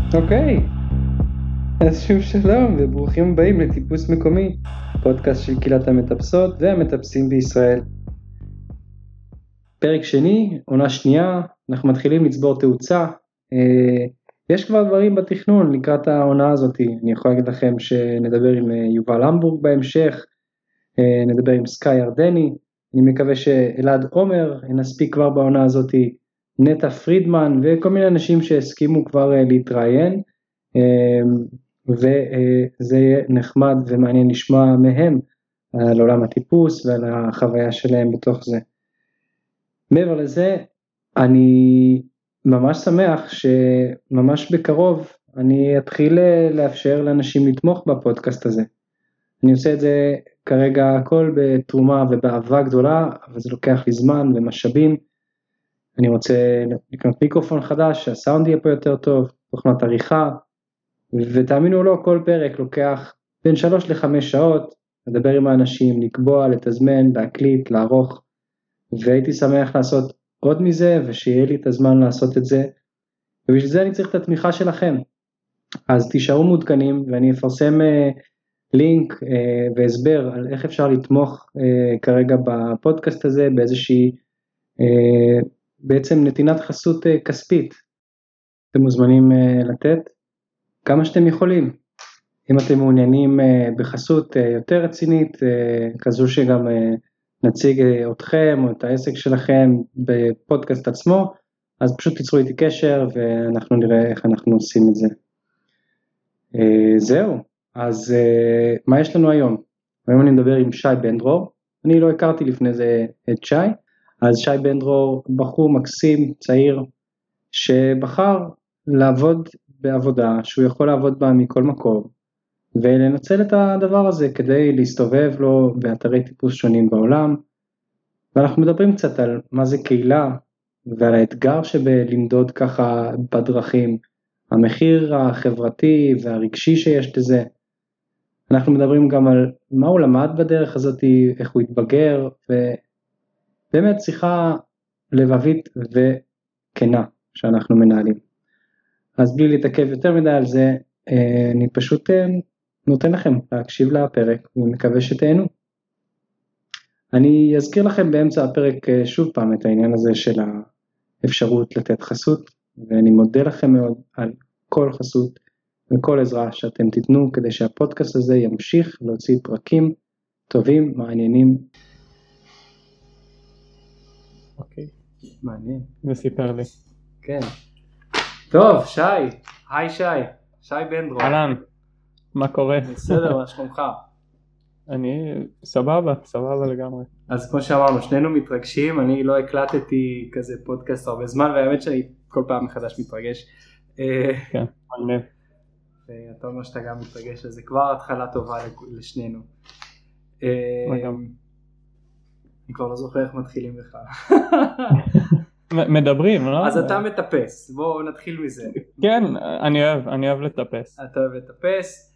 אוקיי, אז שוב שלום וברוכים הבאים לטיפוס מקומי, פודקאסט של קהילת המטפסות והמטפסים בישראל. פרק שני, עונה שנייה, אנחנו מתחילים לצבור תאוצה. יש כבר דברים בתכנון לקראת העונה הזאת. אני יכול להגיד לכם שנדבר עם יובל המבורג בהמשך, נדבר עם סקאי ירדני, אני מקווה שאלעד עומר נספיק כבר בעונה הזאת, נטע פרידמן וכל מיני אנשים שהסכימו כבר להתראיין, וזה יהיה נחמד ומעניין לשמוע מהם על עולם הטיפוס ועל החוויה שלהם בתוך זה. מעבר לזה, אני ממש שמח שממש בקרוב אני אתחיל לאפשר לאנשים לתמוך בפודקאסט הזה. אני עושה את זה כרגע הכל בתרומה ובאהבה גדולה, אבל זה לוקח לי זמן ומשאבים. אני רוצה לקנות מיקרופון חדש, שהסאונד יהיה פה יותר טוב, תוכנת עריכה, ותאמינו או לא, כל פרק לוקח בין 3 ל-5 שעות, לדבר עם האנשים, לקבוע, לתזמן, להקליט, לערוך, והייתי שמח לעשות עוד מזה, ושיהיה לי את הזמן לעשות את זה, ובשביל זה אני צריך את התמיכה שלכם. אז תישארו מעודכנים, ואני אפרסם לינק והסבר על איך אפשר לתמוך כרגע בפודקאסט הזה, באיזושהי בעצם נתינת חסות כספית. אתם מוזמנים לתת כמה שאתם יכולים. אם אתם מעוניינים בחסות יותר רצינית, כזו שגם נציג אתכם או את העסק שלכם בפודקאסט עצמו, אז פשוט תיצרו איתי קשר ואנחנו נראה איך אנחנו עושים את זה. זהו, אז מה יש לנו היום? היום אני מדבר עם שי בן דרור, אני לא הכרתי לפני זה את שי, אז שי בן דרור בחור מקסים, צעיר, שבחר לעבוד בעבודה שהוא יכול לעבוד בה מכל מקום, ולנצל את הדבר הזה כדי להסתובב לו באתרי טיפוס שונים בעולם, ואנחנו מדברים קצת על מה זה קהילה, ועל האתגר שבלמדוד ככה בדרכים, המחיר החברתי והרגשי שיש לזה. אנחנו מדברים גם על מה הוא למד בדרך הזאת, איך הוא התבגר, ובאמת שיחה לבבית וכנה שאנחנו מנהלים. אז בלי להתעכב יותר מדי על זה, אני פשוט נותן לכם להקשיב לפרק ומקווה שתהנו. אני אזכיר לכם באמצע הפרק שוב פעם את העניין הזה של האפשרות לתת חסות, ואני מודה לכם מאוד על כל חסות וכל עזרה שאתם תיתנו כדי שהפודקאסט הזה ימשיך להוציא פרקים טובים, מעניינים. אוקיי, מעניין. זה סיפר לי. כן. טוב, שי. היי שי. שי בן דרור. אהלן, מה קורה? בסדר, מה שלומך? אני סבבה לגמרי. אז כמו שאמרנו, שנינו מתרגשים, אני לא הקלטתי כזה פודקאסט הרבה זמן, והאמת שאני כל פעם מחדש מתרגש. כן, מעניין. ואתה אומר שאתה גם מתרגש, אז זה כבר התחלה טובה לשנינו. אני כבר לא זוכר איך מתחילים בכלל. מדברים, לא? אז אתה מטפס, בואו נתחיל מזה. כן, אני אוהב לטפס. אתה אוהב לטפס,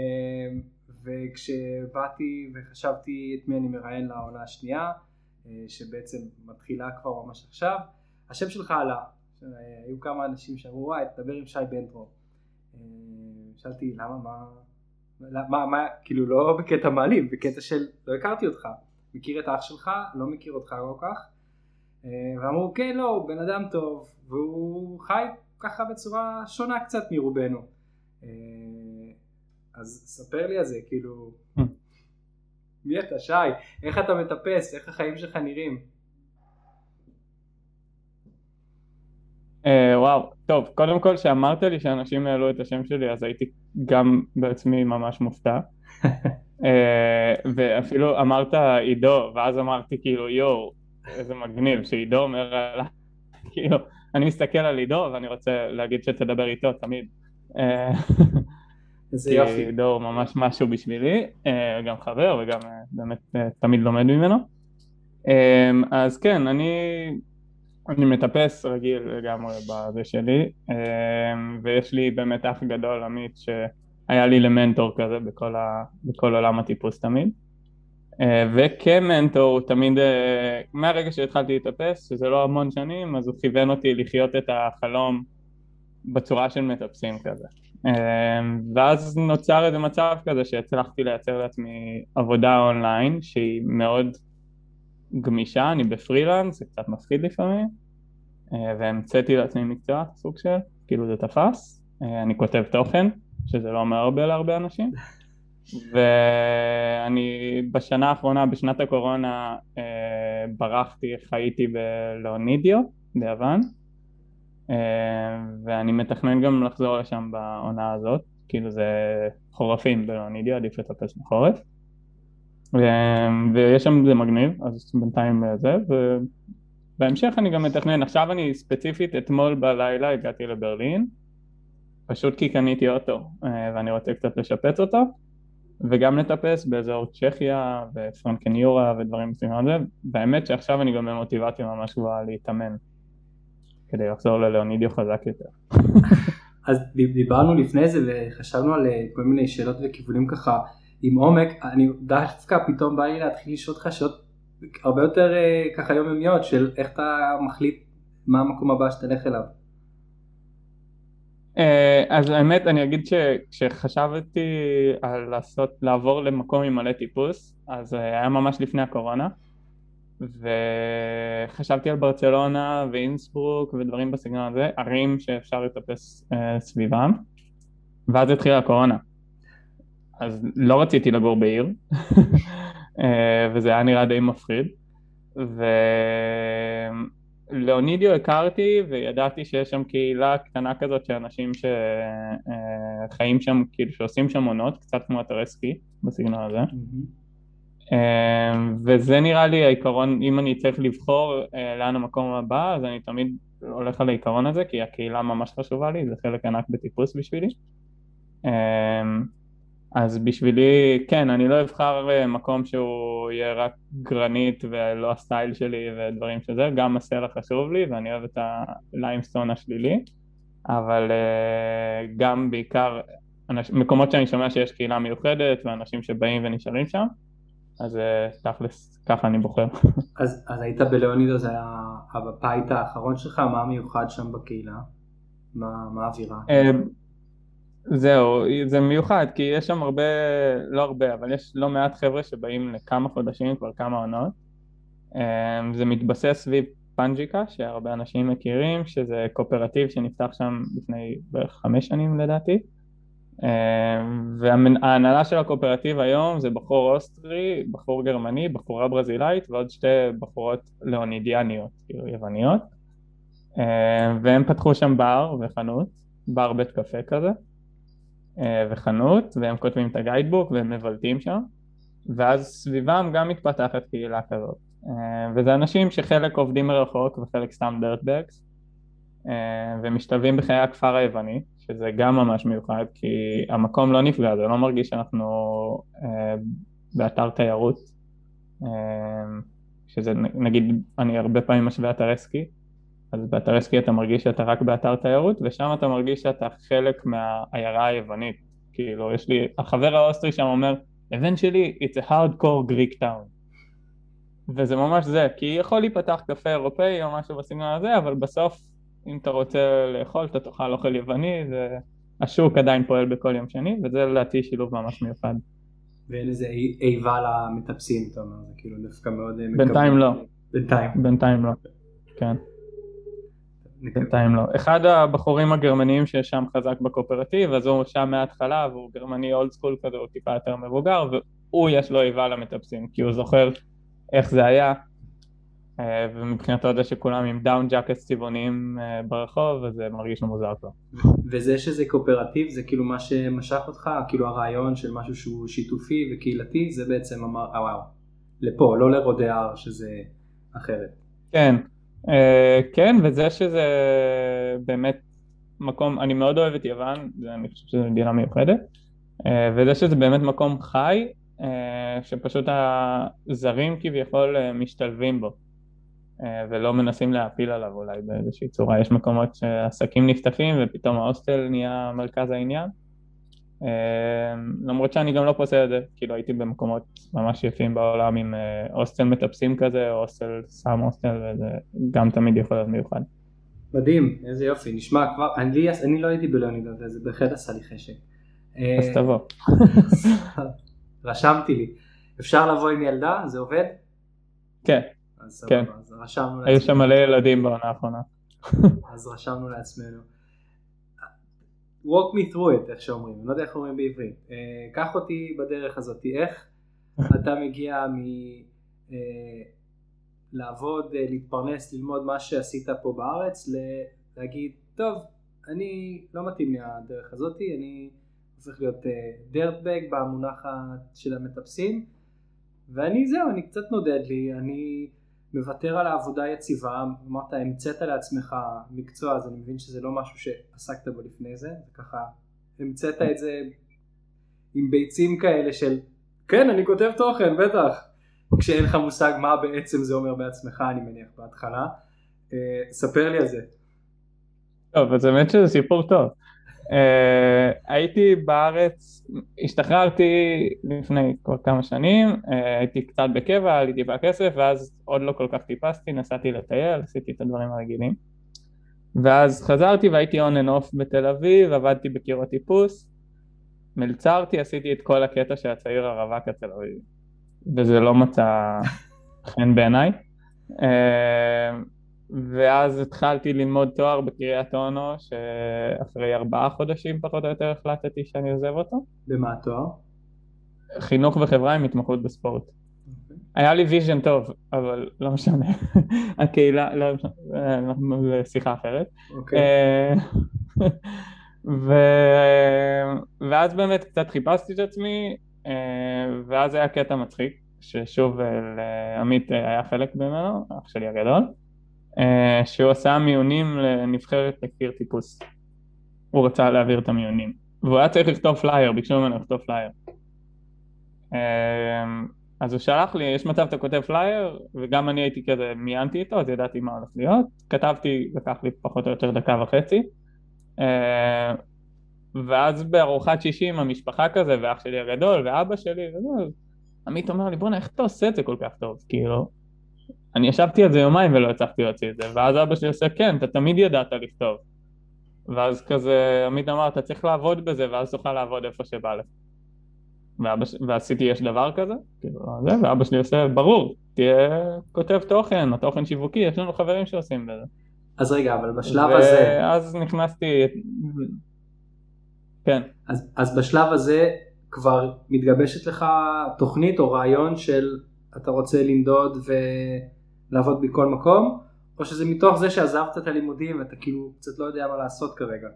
וכשבאתי וחשבתי את מי אני מראיין לעונה השנייה, שבעצם מתחילה כבר ממש עכשיו, השם שלך עלה. היו כמה אנשים שאמרו, וואי, תדבר עם שי בן דרור. שאלתי, למה, מה, כאילו לא בקטע מעליב, בקטע של לא הכרתי אותך, מכיר את האח שלך, לא מכיר אותך לא כך, ואמרו, כן, לא, הוא בן אדם טוב, והוא חי ככה בצורה שונה קצת מרובנו. אז ספר לי על זה, כאילו, מי אתה שי? איך אתה מטפס? איך החיים שלך נראים? וואו, טוב, קודם כל שאמרת לי שאנשים העלו את השם שלי, אז הייתי גם בעצמי ממש מופתע. ואפילו אמרת עידו, ואז אמרתי כאילו יו, איזה מגניב שעידו אומר, כאילו, אני מסתכל על עידו ואני רוצה להגיד שתדבר איתו תמיד. איזה יופי. עידו ממש משהו בשבילי, גם חבר וגם באמת תמיד לומד ממנו. אז כן, אני מטפס רגיל לגמרי בזה שלי, ויש לי באמת אח גדול עמית שהיה לי למנטור כזה בכל עולם הטיפוס תמיד, וכמנטור תמיד מהרגע שהתחלתי לטפס, שזה לא המון שנים, אז הוא כיוון אותי לחיות את החלום בצורה של מטפסים כזה. ואז נוצר איזה מצב כזה שהצלחתי לייצר לעצמי עבודה אונליין שהיא מאוד גמישה, אני בפרילנס, זה קצת מפחיד לפעמים, והמצאתי לעצמי מקצוע, סוג של, כאילו זה תפס, אני כותב תוכן, שזה לא אומר הרבה להרבה אנשים, ואני בשנה האחרונה, בשנת הקורונה, ברחתי, חייתי בלאונידיו, ביוון, ואני מתכנן גם לחזור לשם בעונה הזאת, כאילו זה חורפים בלאונידיו, עדיף לטפס בחורף, ויש שם זה מגניב, אז בינתיים זה, ובהמשך אני גם מתכנן, עכשיו אני ספציפית, אתמול בלילה הגעתי לברלין, פשוט כי קניתי אוטו, ואני רוצה קצת לשפץ אותו, וגם לטפס באזור צ'כיה ופרנקניורה ודברים מסוימים על זה, והאמת שעכשיו אני גם במוטיבציה ממש גבוהה להתאמן, כדי לחזור ללאונידיו חזק יותר. אז דיברנו לפני זה וחשבנו על כל מיני שאלות וכיוונים ככה עם עומק, אני דווקא פתאום בא לי להתחיל לשאול אותך שאלות הרבה יותר ככה יומיומיות של איך אתה מחליט מה המקום הבא שתלך אליו. אז האמת אני אגיד שכשחשבתי על לעבור למקום עם מלא טיפוס, אז היה ממש לפני הקורונה, וחשבתי על ברצלונה ואינסברוק ודברים בסגנון הזה, ערים שאפשר לטפס סביבם, ואז התחילה הקורונה. אז לא רציתי לגור בעיר, וזה היה נראה די מפחיד, ולאונידיו הכרתי וידעתי שיש שם קהילה קטנה כזאת של אנשים שחיים שם, כאילו שעושים שם עונות, קצת כמו אתרי סקי בסגנון הזה. וזה נראה לי העיקרון, אם אני צריך לבחור לאן המקום הבא, אז אני תמיד הולך על העיקרון הזה, כי הקהילה ממש חשובה לי, זה חלק ענק בטיפוס בשבילי. אז בשבילי, כן, אני לא אבחר מקום שהוא יהיה רק גרנית ולא הסטייל שלי ודברים שזה, גם הסלע חשוב לי ואני אוהב את הליימסטון השלילי, אבל גם בעיקר מקומות שאני שומע שיש קהילה מיוחדת ואנשים שבאים ונשארים שם, אז תכלס, ככה אני בוחר. אז היית בלאונידו, זה היה הבית האחרון שלך, מה מיוחד שם בקהילה? מה האווירה? זהו, זה מיוחד, כי יש שם הרבה, לא הרבה, אבל יש לא מעט חבר'ה שבאים לכמה חודשים, כבר כמה עונות. זה מתבסס סביב פנג'יקה, שהרבה אנשים מכירים, שזה קואופרטיב שנפתח שם לפני בערך 5 שנים לדעתי. וההנהלה של הקואופרטיב היום זה בחור אוסטרי, בחור גרמני, בחורה ברזילאית ועוד 2 בחורות לאונידיאניות, כאילו יווניות. והם פתחו שם בר וחנות, בר בית קפה כזה. וחנות, והם כותבים את הגיידבוק והם מבלטים שם, ואז סביבם גם מתפתחת קהילה כזאת, וזה אנשים שחלק עובדים מרחוק וחלק סתם דרטבקס, ומשתלבים בחיי הכפר היווני, שזה גם ממש מיוחד, כי המקום לא נפגע, זה לא מרגיש שאנחנו באתר תיירות, שזה נגיד, אני הרבה פעמים משווה אתרי סקי, אז באתר סקי אתה מרגיש שאתה רק באתר תיירות, ושם אתה מרגיש שאתה חלק מהעיירה היוונית. כאילו, יש לי, החבר האוסטרי שם אומר, eventually it's a hardcore Greek town. וזה ממש זה, כי יכול להיפתח קפה אירופאי או משהו בסגנון הזה, אבל בסוף, אם אתה רוצה לאכול, אתה תאכל אוכל יווני, השוק עדיין פועל בכל יום שני, וזה לדעתי שילוב ממש מיוחד. ואין איזה איבה למטפסים, אתה אומר, זה כאילו דווקא מאוד... בינתיים לא. בינתיים לא, כן. בינתיים לא. אחד הבחורים הגרמניים שיש שם חזק בקואופרטיב, אז הוא שם מההתחלה, והוא גרמני אולד סקול כזה, הוא טיפה יותר מבוגר, והוא יש לו איבה למטפסים, כי הוא זוכר איך זה היה, ומבחינתו זה שכולם עם דאון ג'קטס צבעוניים ברחוב, אז זה מרגיש לו מוזר כבר. וזה שזה קואופרטיב, זה כאילו מה שמשך אותך, כאילו הרעיון של משהו שהוא שיתופי וקהילתי, זה בעצם אמר, וואו, לפה, לא לרודיאר שזה אחרת. כן. כן, וזה שזה באמת מקום, אני מאוד אוהב את יוון, אני חושב שזו מדינה מיוחדת, וזה שזה באמת מקום חי, שפשוט הזרים כביכול משתלבים בו, ולא מנסים להפיל עליו אולי באיזושהי צורה. יש מקומות שעסקים נפתחים ופתאום ההוסטל נהיה מרכז העניין, למרות שאני גם לא פוסל את זה, כאילו הייתי במקומות ממש יפים בעולם עם הוסטל מטפסים כזה, או הוסטל סם הוסטל, וזה גם תמיד יכול להיות מיוחד. מדהים, איזה יופי, נשמע כבר, אני לא הייתי בלאונידות, זה בהחלט עשה לי חשק. אז תבוא. רשמתי לי. אפשר לבוא עם ילדה? זה עובד? כן, אז כן. סבבה, אז רשמנו היו שם לעצמנו. מלא ילדים בעונה האחרונה. אז רשמנו לעצמנו. walk me through it, איך שאומרים, אני לא יודע איך אומרים בעברית. קח אותי בדרך הזאת, איך אתה מגיע לעבוד, להתפרנס, ללמוד מה שעשית פה בארץ, להגיד, טוב, אני לא מתאים לי הדרך הזאת, אני צריך להיות דרטבג במונח של המטפסים, ואני זהו, אני קצת נודד לי, אני מוותר על העבודה יציבה, אמרת, המצאת לעצמך מקצוע, אז אני מבין שזה לא משהו שעסקת בו לפני זה, וככה המצאת את זה עם ביצים כאלה של, כן, אני כותב תוכן, בטח, כשאין לך מושג מה בעצם זה אומר בעצמך, אני מניח בהתחלה. ספר לי על זה. טוב, אז באמת שזה סיפור טוב. הייתי בארץ, השתחררתי לפני כבר כמה שנים, הייתי קצת בקבע, עליתי בכסף, ואז עוד לא כל כך טיפסתי, נסעתי לטייל, עשיתי את הדברים הרגילים. ואז חזרתי והייתי on and off בתל אביב, עבדתי בקירות טיפוס, מלצרתי, עשיתי את כל הקטע של הצעיר הרווק התל אביב. וזה לא מצא חן בעיניי. ואז התחלתי ללמוד תואר בקריית אונו, שאחרי 4 חודשים פחות או יותר החלטתי שאני עוזב אותו. במה התואר? חינוך וחברה עם התמחות בספורט. היה לי ויז'ן טוב, אבל לא משנה. הקהילה, לא משנה, שיחה אחרת. ואז באמת קצת חיפשתי את עצמי, ואז היה קטע מצחיק, ששוב לעמית היה חלק ממנו, אח שלי הגדול, שהוא עשה מיונים לנבחרת לקיר טיפוס. הוא רצה להעביר את המיונים, והוא היה צריך לכתוב פלייר, ביקשו ממנו לכתוב פלייר. אז הוא שלח לי, יש מצב אתה כותב פלייר, וגם אני הייתי כזה, מיינתי איתו, אז ידעתי מה הולך להיות, כתבתי, לקח לי פחות או יותר 1.5 דקות, ואז בארוחת שישי עם המשפחה כזה, ואח שלי הגדול, ואבא שלי, עמית אומר לי, בוא'נה, איך אתה עושה את זה כל כך טוב? כאילו, אני ישבתי על זה יומיים ולא הצלחתי להוציא את זה, ואז אבא שלי עושה, כן, אתה תמיד ידעת לכתוב. ואז כזה, עמית אמר, אתה צריך לעבוד בזה, ואז תוכל לעבוד איפה שבא לך. ועשיתי, יש דבר כזה, כאילו, ואבא שלי עושה, ברור, תהיה כותב תוכן, או תוכן שיווקי, יש לנו חברים שעושים בזה. אז רגע, אבל בשלב הזה... ואז נכנסתי... כן. אז בשלב הזה כבר מתגבשת לך תוכנית או רעיון של אתה רוצה לנדוד ולעבוד בכל מקום, או שזה מתוך זה שעזבת את הלימודים ואתה כאילו קצת לא יודע מה לעשות כרגע?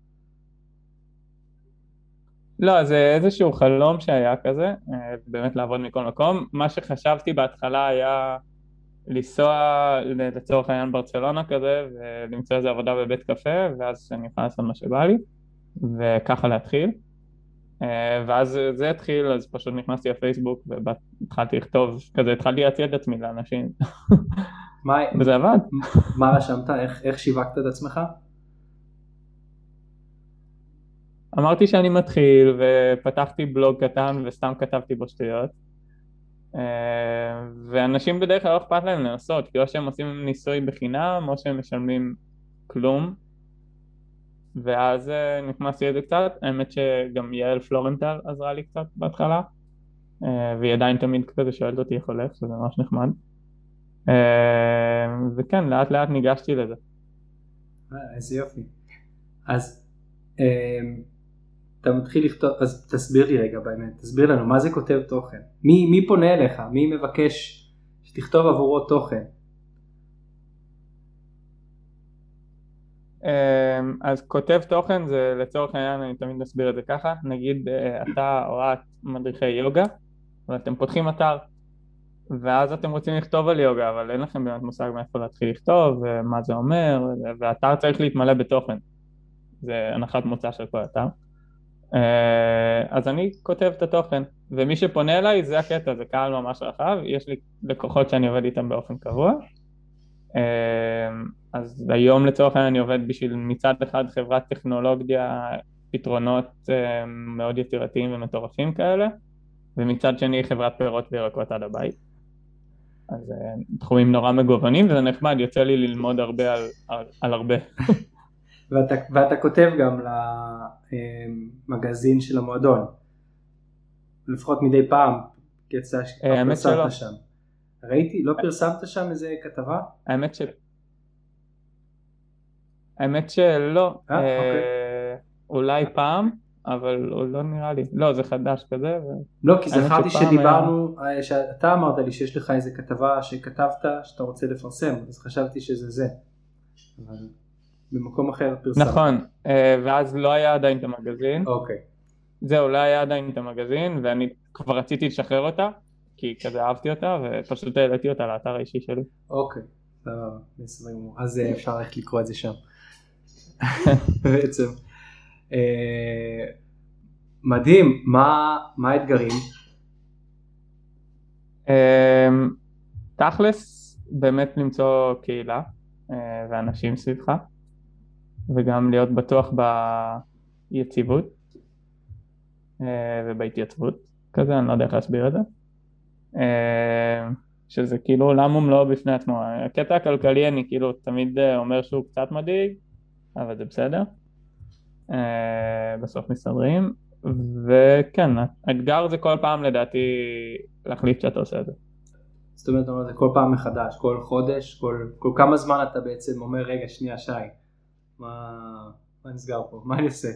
לא, זה איזשהו חלום שהיה כזה, באמת לעבוד מכל מקום. מה שחשבתי בהתחלה היה לנסוע לצורך העניין ברצלונה כזה, ולמצוא איזו עבודה בבית קפה, ואז אני יכול לעשות מה שבא לי, וככה להתחיל. ואז זה התחיל, אז פשוט נכנסתי לפייסבוק, והתחלתי לכתוב, כזה התחלתי להציע את עצמי לאנשים. וזה עבד. מה רשמת? איך שיווקת את עצמך? אמרתי שאני מתחיל, ופתחתי בלוג קטן, וסתם כתבתי בו שטויות. ואנשים בדרך כלל לא אכפת להם לנסות, כי או שהם עושים ניסוי בחינם, או שהם משלמים כלום. ואז נכנסתי לזה קצת, האמת שגם יעל פלורנטל עזרה לי קצת בהתחלה, והיא עדיין תמיד כזה שואלת אותי איך הולך, שזה ממש נחמד. וכן, לאט לאט ניגשתי לזה. איזה יופי. אז אתה מתחיל לכתוב, אז תסביר לי רגע באמת, תסביר לנו מה זה כותב תוכן. מי פונה אליך? מי מבקש שתכתוב עבורו תוכן? אז כותב תוכן זה לצורך העניין, אני תמיד מסביר את זה ככה, נגיד אתה או את מדריכי יוגה, ואתם פותחים אתר, ואז אתם רוצים לכתוב על יוגה, אבל אין לכם באמת מושג מאיפה להתחיל לכתוב, ומה זה אומר, והאתר צריך להתמלא בתוכן, זה הנחת מוצא של כל אתר. אז אני כותב את התוכן, ומי שפונה אליי זה הקטע, זה קהל ממש רחב, יש לי לקוחות שאני עובד איתם באופן קבוע, אז היום לצורך העניין אני עובד בשביל מצד אחד חברת טכנולוגיה, פתרונות מאוד יצירתיים ומטורפים כאלה, ומצד שני חברת פירות וירקות עד הבית. אז תחומים נורא מגוונים, וזה נחמד, יוצא לי ללמוד הרבה על הרבה. ואתה כותב גם למגזין של המועדון, לפחות מדי פעם, יצא שפרסמת שם. ראיתי, לא פרסמת שם איזה כתבה? האמת שלא, אולי פעם, אבל לא נראה לי, לא, זה חדש כזה. לא, כי זכרתי שדיברנו, שאתה אמרת לי שיש לך איזה כתבה שכתבת שאתה רוצה לפרסם, אז חשבתי שזה זה. אבל במקום אחר פרסמת. נכון, ואז לא היה עדיין את המגזין. אוקיי. זהו, לא היה עדיין את המגזין, ואני כבר רציתי לשחרר אותה, כי כזה אהבתי אותה, ופשוט העליתי אותה לאתר האישי שלי. אוקיי, בסדר גמור. אז אפשר ללכת לקרוא את זה שם. בעצם. מדהים, מה האתגרים? תכלס, באמת למצוא קהילה ואנשים סביבך, וגם להיות בטוח ביציבות ובהתייצבות כזה, אני לא יודע איך להסביר את זה. שזה כאילו עולם ומלואו בפני עצמו. הקטע הכלכלי אני כאילו תמיד אומר שהוא קצת מדאיג, אבל זה בסדר. בסוף מסתדרים, וכן, האתגר זה כל פעם לדעתי להחליט שאתה עושה את זה. זאת אומרת, זה כל פעם מחדש, כל חודש, כל כמה זמן אתה בעצם אומר, רגע, שנייה, שי, מה נסגר פה, מה אני עושה?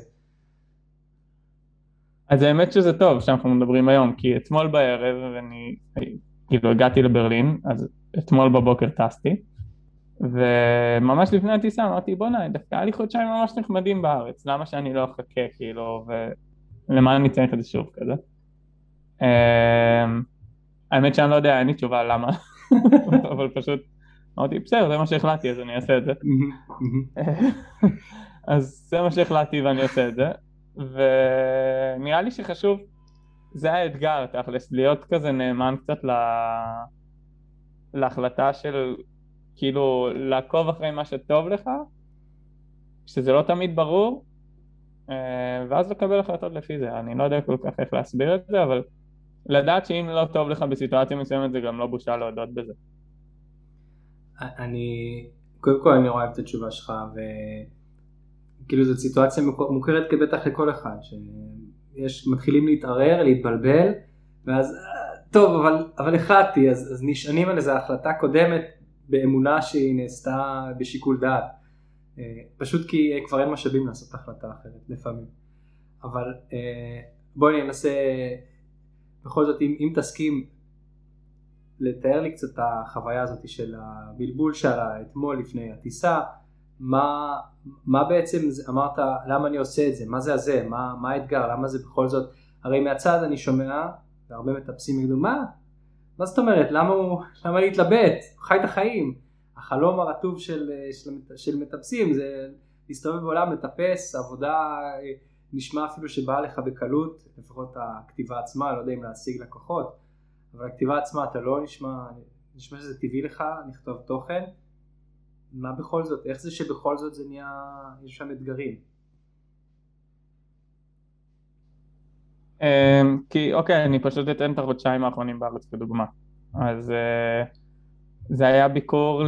אז האמת שזה טוב שאנחנו מדברים היום, כי אתמול בערב, ואני כאילו הגעתי לברלין, אז אתמול בבוקר טסתי, וממש לפני הטיסה אמרתי, בוא דווקא היה לי חודשיים ממש נחמדים בארץ, למה שאני לא אחכה כאילו, ולמה אני צריך את זה שוב כזה. האמת שאני לא יודע, אין לי תשובה למה, אבל פשוט אמרתי, בסדר, זה מה שהחלטתי, אז אני אעשה את זה. אז זה מה שהחלטתי ואני עושה את זה, ונראה לי שחשוב, זה האתגר, תכלס, להיות כזה נאמן קצת להחלטה של, כאילו, לעקוב אחרי מה שטוב לך, שזה לא תמיד ברור, ואז לקבל החלטות לפי זה. אני לא יודע כל כך איך להסביר את זה, אבל לדעת שאם לא טוב לך בסיטואציה מסוימת, זה גם לא בושה להודות בזה. קודם כל אני רואה את התשובה שלך, וכאילו זו סיטואציה מוכרת כבטח לכל אחד, מתחילים להתערער, להתבלבל, ואז טוב, אבל החלטתי, אז נשענים על איזו החלטה קודמת, באמונה שהיא נעשתה בשיקול דעת, פשוט כי כבר אין משאבים לעשות החלטה אחרת לפעמים. אבל בואי ננסה בכל זאת, אם תסכים לתאר לי קצת את החוויה הזאת של הבלבול שלה אתמול לפני הטיסה, מה בעצם אמרת, למה אני עושה את זה, מה זה הזה, מה האתגר, למה זה בכל זאת, הרי מהצד אני שומע והרבה מטפסים יגידו, מה זאת אומרת, למה להתלבט, חי את החיים, החלום הרטוב של מטפסים זה להסתובב בעולם, לטפס, עבודה נשמע אפילו שבאה לך בקלות, לפחות הכתיבה עצמה, לא יודע אם להשיג לקוחות, אבל הכתיבה עצמה אתה לא נשמע שזה טבעי לך, נכתוב תוכן, מה בכל זאת, איך זה שבכל זאת זה נהיה, יש שם אתגרים? כי אוקיי, אני פשוט אתן את החודשיים האחרונים בארץ כדוגמה. אז זה היה ביקור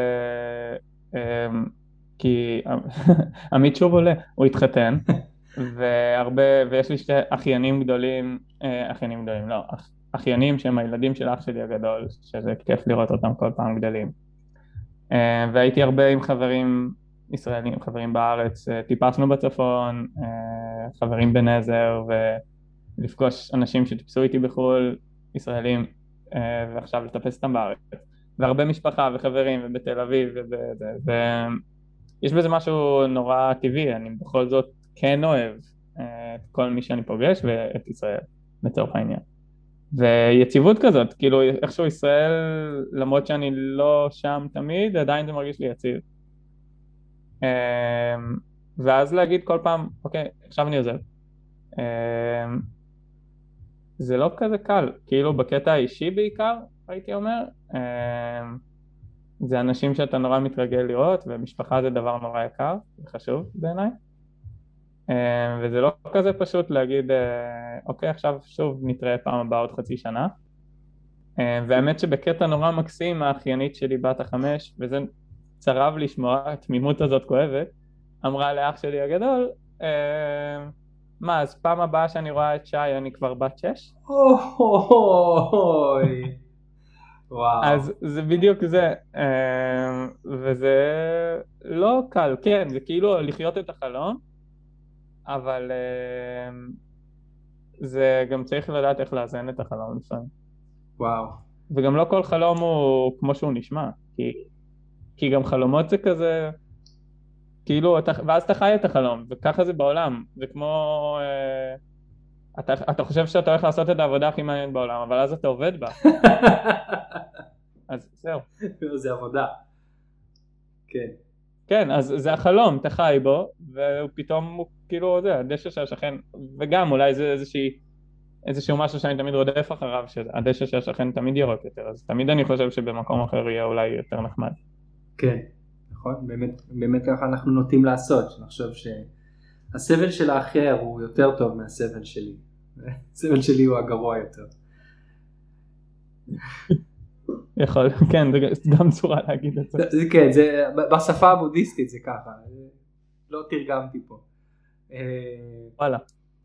כי עמית שוב עולה, הוא התחתן, ויש לי שתי אחיינים גדולים, אחיינים שהם הילדים של אח שלי הגדול, שזה כיף לראות אותם כל פעם גדלים. והייתי הרבה עם חברים ישראלים, חברים בארץ, טיפסנו בצפון, חברים בנזר, ולפגוש אנשים שטיפסו איתי בחו"ל, ישראלים, ועכשיו לטפס אותם בארץ. והרבה משפחה וחברים, ובתל אביב, יש בזה משהו נורא טבעי, אני בכל זאת כן אוהב את כל מי שאני פוגש, ואת ישראל, לצורך העניין. ויציבות כזאת, כאילו איכשהו ישראל, למרות שאני לא שם תמיד, עדיין זה מרגיש לי יציב. ואז להגיד כל פעם, אוקיי, עכשיו אני עוזב. זה לא כזה קל, כאילו בקטע האישי בעיקר, הייתי אומר, זה אנשים שאתה נורא מתרגל לראות, ומשפחה זה דבר נורא יקר, זה חשוב בעיניי. וזה לא כזה פשוט להגיד, אוקיי, עכשיו שוב נתראה פעם הבאה עוד חצי שנה. והאמת שבקטע נורא מקסים, האחיינית שלי בת ה5, וזה צרב לשמוע, התמימות הזאת כואבת, אמרה לאח שלי הגדול, מה, אז פעם הבאה שאני רואה את שי אני כבר בת 6? אוי, וואו. אז זה בדיוק זה, וזה לא קל, כן, זה כאילו לחיות את החלום, אבל זה גם צריך לדעת איך לאזן את החלום לפעמים. וואו. וגם לא כל חלום הוא כמו שהוא נשמע, כי גם חלומות זה כזה, כאילו, ואז אתה חי את החלום, וככה זה בעולם, זה כמו, אתה חושב שאתה הולך לעשות את העבודה הכי מעניינת בעולם, אבל אז אתה עובד בה, אז זהו. זה עבודה. כן. כן, אז זה החלום, אתה חי בו, ופתאום הוא כאילו, זה, הדשא של השכן, וגם אולי זה איזשהו משהו שאני תמיד רודף אחריו, שהדשא של השכן תמיד ירוק יותר, אז תמיד אני חושב שבמקום אחר יהיה אולי יותר נחמד. כן, נכון, באמת ככה אנחנו נוטים לעשות, שנחשוב שהסבל של האחר הוא יותר טוב מהסבל שלי, הסבל שלי הוא הגרוע יותר. יכול, כן, זה גם צורה להגיד את זה. כן, בשפה הבודהיסטית זה ככה, לא תרגמתי פה. וואלה.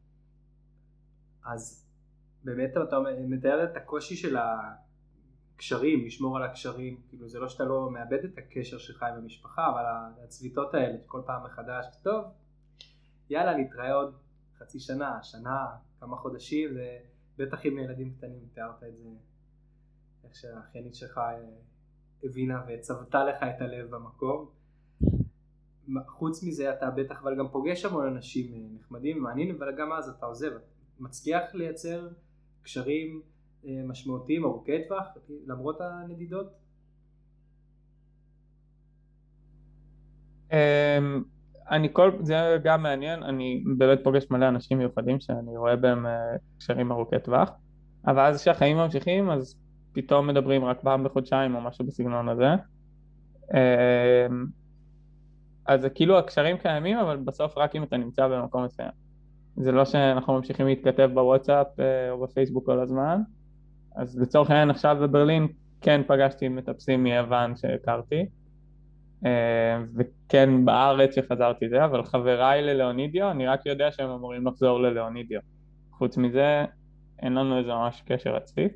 אז באמת אתה מתאר את הקושי של הקשרים, לשמור על הקשרים, כאילו זה לא שאתה לא מאבד את הקשר שלך עם המשפחה, אבל הצביטות האלה כל פעם מחדש, טוב, יאללה נתראה עוד חצי שנה, שנה, כמה חודשים, זה בטח עם ילדים קטנים, תיארת את זה, איך שהאחיינית שלך הבינה וצבתה לך את הלב במקום. חוץ מזה אתה בטח אבל גם פוגש המון אנשים נחמדים ומעניינים, אבל גם אז אתה עוזב, מצליח לייצר קשרים משמעותיים ארוכי טווח למרות הנדידות? זה גם מעניין, אני באמת פוגש מלא אנשים מיוחדים שאני רואה בהם קשרים ארוכי טווח, אבל אז כשהחיים ממשיכים אז פתאום מדברים רק פעם בחודשיים או משהו בסגנון הזה, אז זה כאילו הקשרים קיימים, אבל בסוף רק אם אתה נמצא במקום מסוים. זה לא שאנחנו ממשיכים להתכתב בוואטסאפ או בפייסבוק כל הזמן. אז לצורך העניין עכשיו בברלין כן פגשתי מטפסים מיוון שהכרתי, וכן בארץ שחזרתי זה, אבל חבריי ללאונידיו, אני רק יודע שהם אמורים לחזור ללאונידיו. חוץ מזה אין לנו איזה ממש קשר רציף.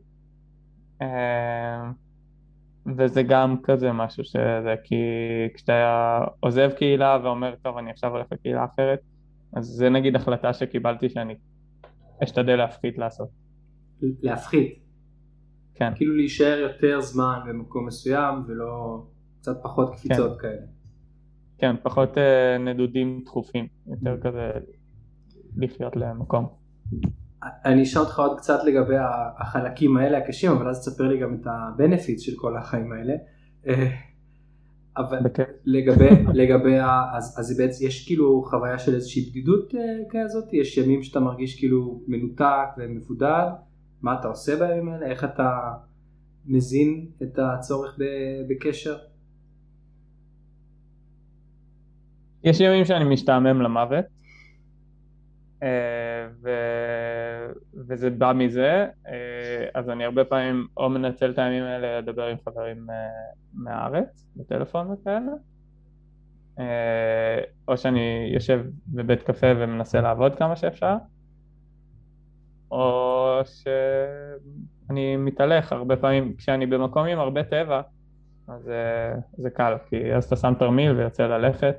וזה גם כזה משהו שזה, כי כשאתה עוזב קהילה ואומר טוב אני עכשיו הולך לקהילה אחרת, אז זה נגיד החלטה שקיבלתי שאני אשתדל להפחית לעשות. להפחית? כן. כאילו להישאר יותר זמן במקום מסוים ולא קצת פחות קפיצות כן. כאלה. כן, פחות נדודים דחופים, יותר כזה לחיות למקום. אני אשאל אותך עוד קצת לגבי החלקים האלה הקשים, אבל אז תספר לי גם את הבנפיט של כל החיים האלה. אבל לגבי, אז בעצם יש כאילו חוויה של איזושהי בדידות כזאת? יש ימים שאתה מרגיש כאילו מנותק ומבודד? מה אתה עושה בימים האלה? איך אתה מזין את הצורך בקשר? יש ימים שאני משתעמם למוות, וזה בא מזה, אז אני הרבה פעמים או מנצל את הימים האלה לדבר עם חברים מהארץ, בטלפון וכאלה, או שאני יושב בבית קפה ומנסה לעבוד כמה שאפשר, או שאני מתהלך הרבה פעמים, כשאני במקום עם הרבה טבע, אז זה קל, כי אז אתה שם תרמיל ויוצא ללכת,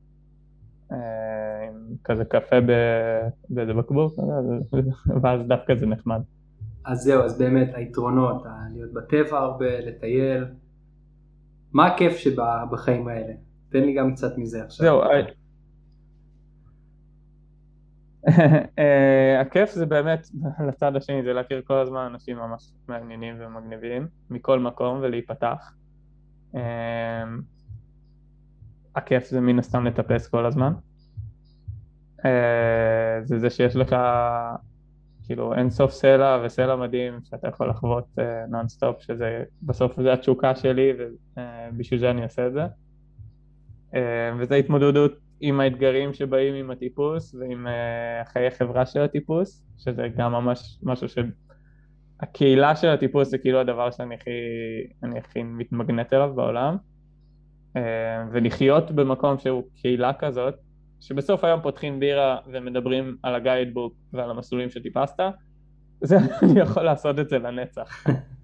עם כזה קפה באיזה בקבוק, ואז דווקא זה נחמד. אז זהו, אז באמת היתרונות, להיות בטבע הרבה, לטייל, מה הכיף שבחיים האלה? תן לי גם קצת מזה עכשיו. זהו, הכיף זה באמת, לצד השני, זה להכיר כל הזמן אנשים ממש מעניינים ומגניבים, מכל מקום ולהיפתח. הכיף זה מן הסתם לטפס כל הזמן. זה שיש לך כאילו אין סוף סלע וסלע מדהים שאתה יכול לחוות נונסטופ, שזה בסוף זה התשוקה שלי ובשביל זה אני עושה את זה. וזה התמודדות עם האתגרים שבאים עם הטיפוס ועם חיי חברה של הטיפוס, שזה גם ממש משהו הקהילה של הטיפוס זה כאילו הדבר שאני הכי מתמגנט אליו בעולם, ולחיות במקום שהוא קהילה כזאת, שבסוף היום פותחים בירה ומדברים על הגיידבוק ועל המסלולים שטיפסת, זה אני יכול לעשות את זה לנצח.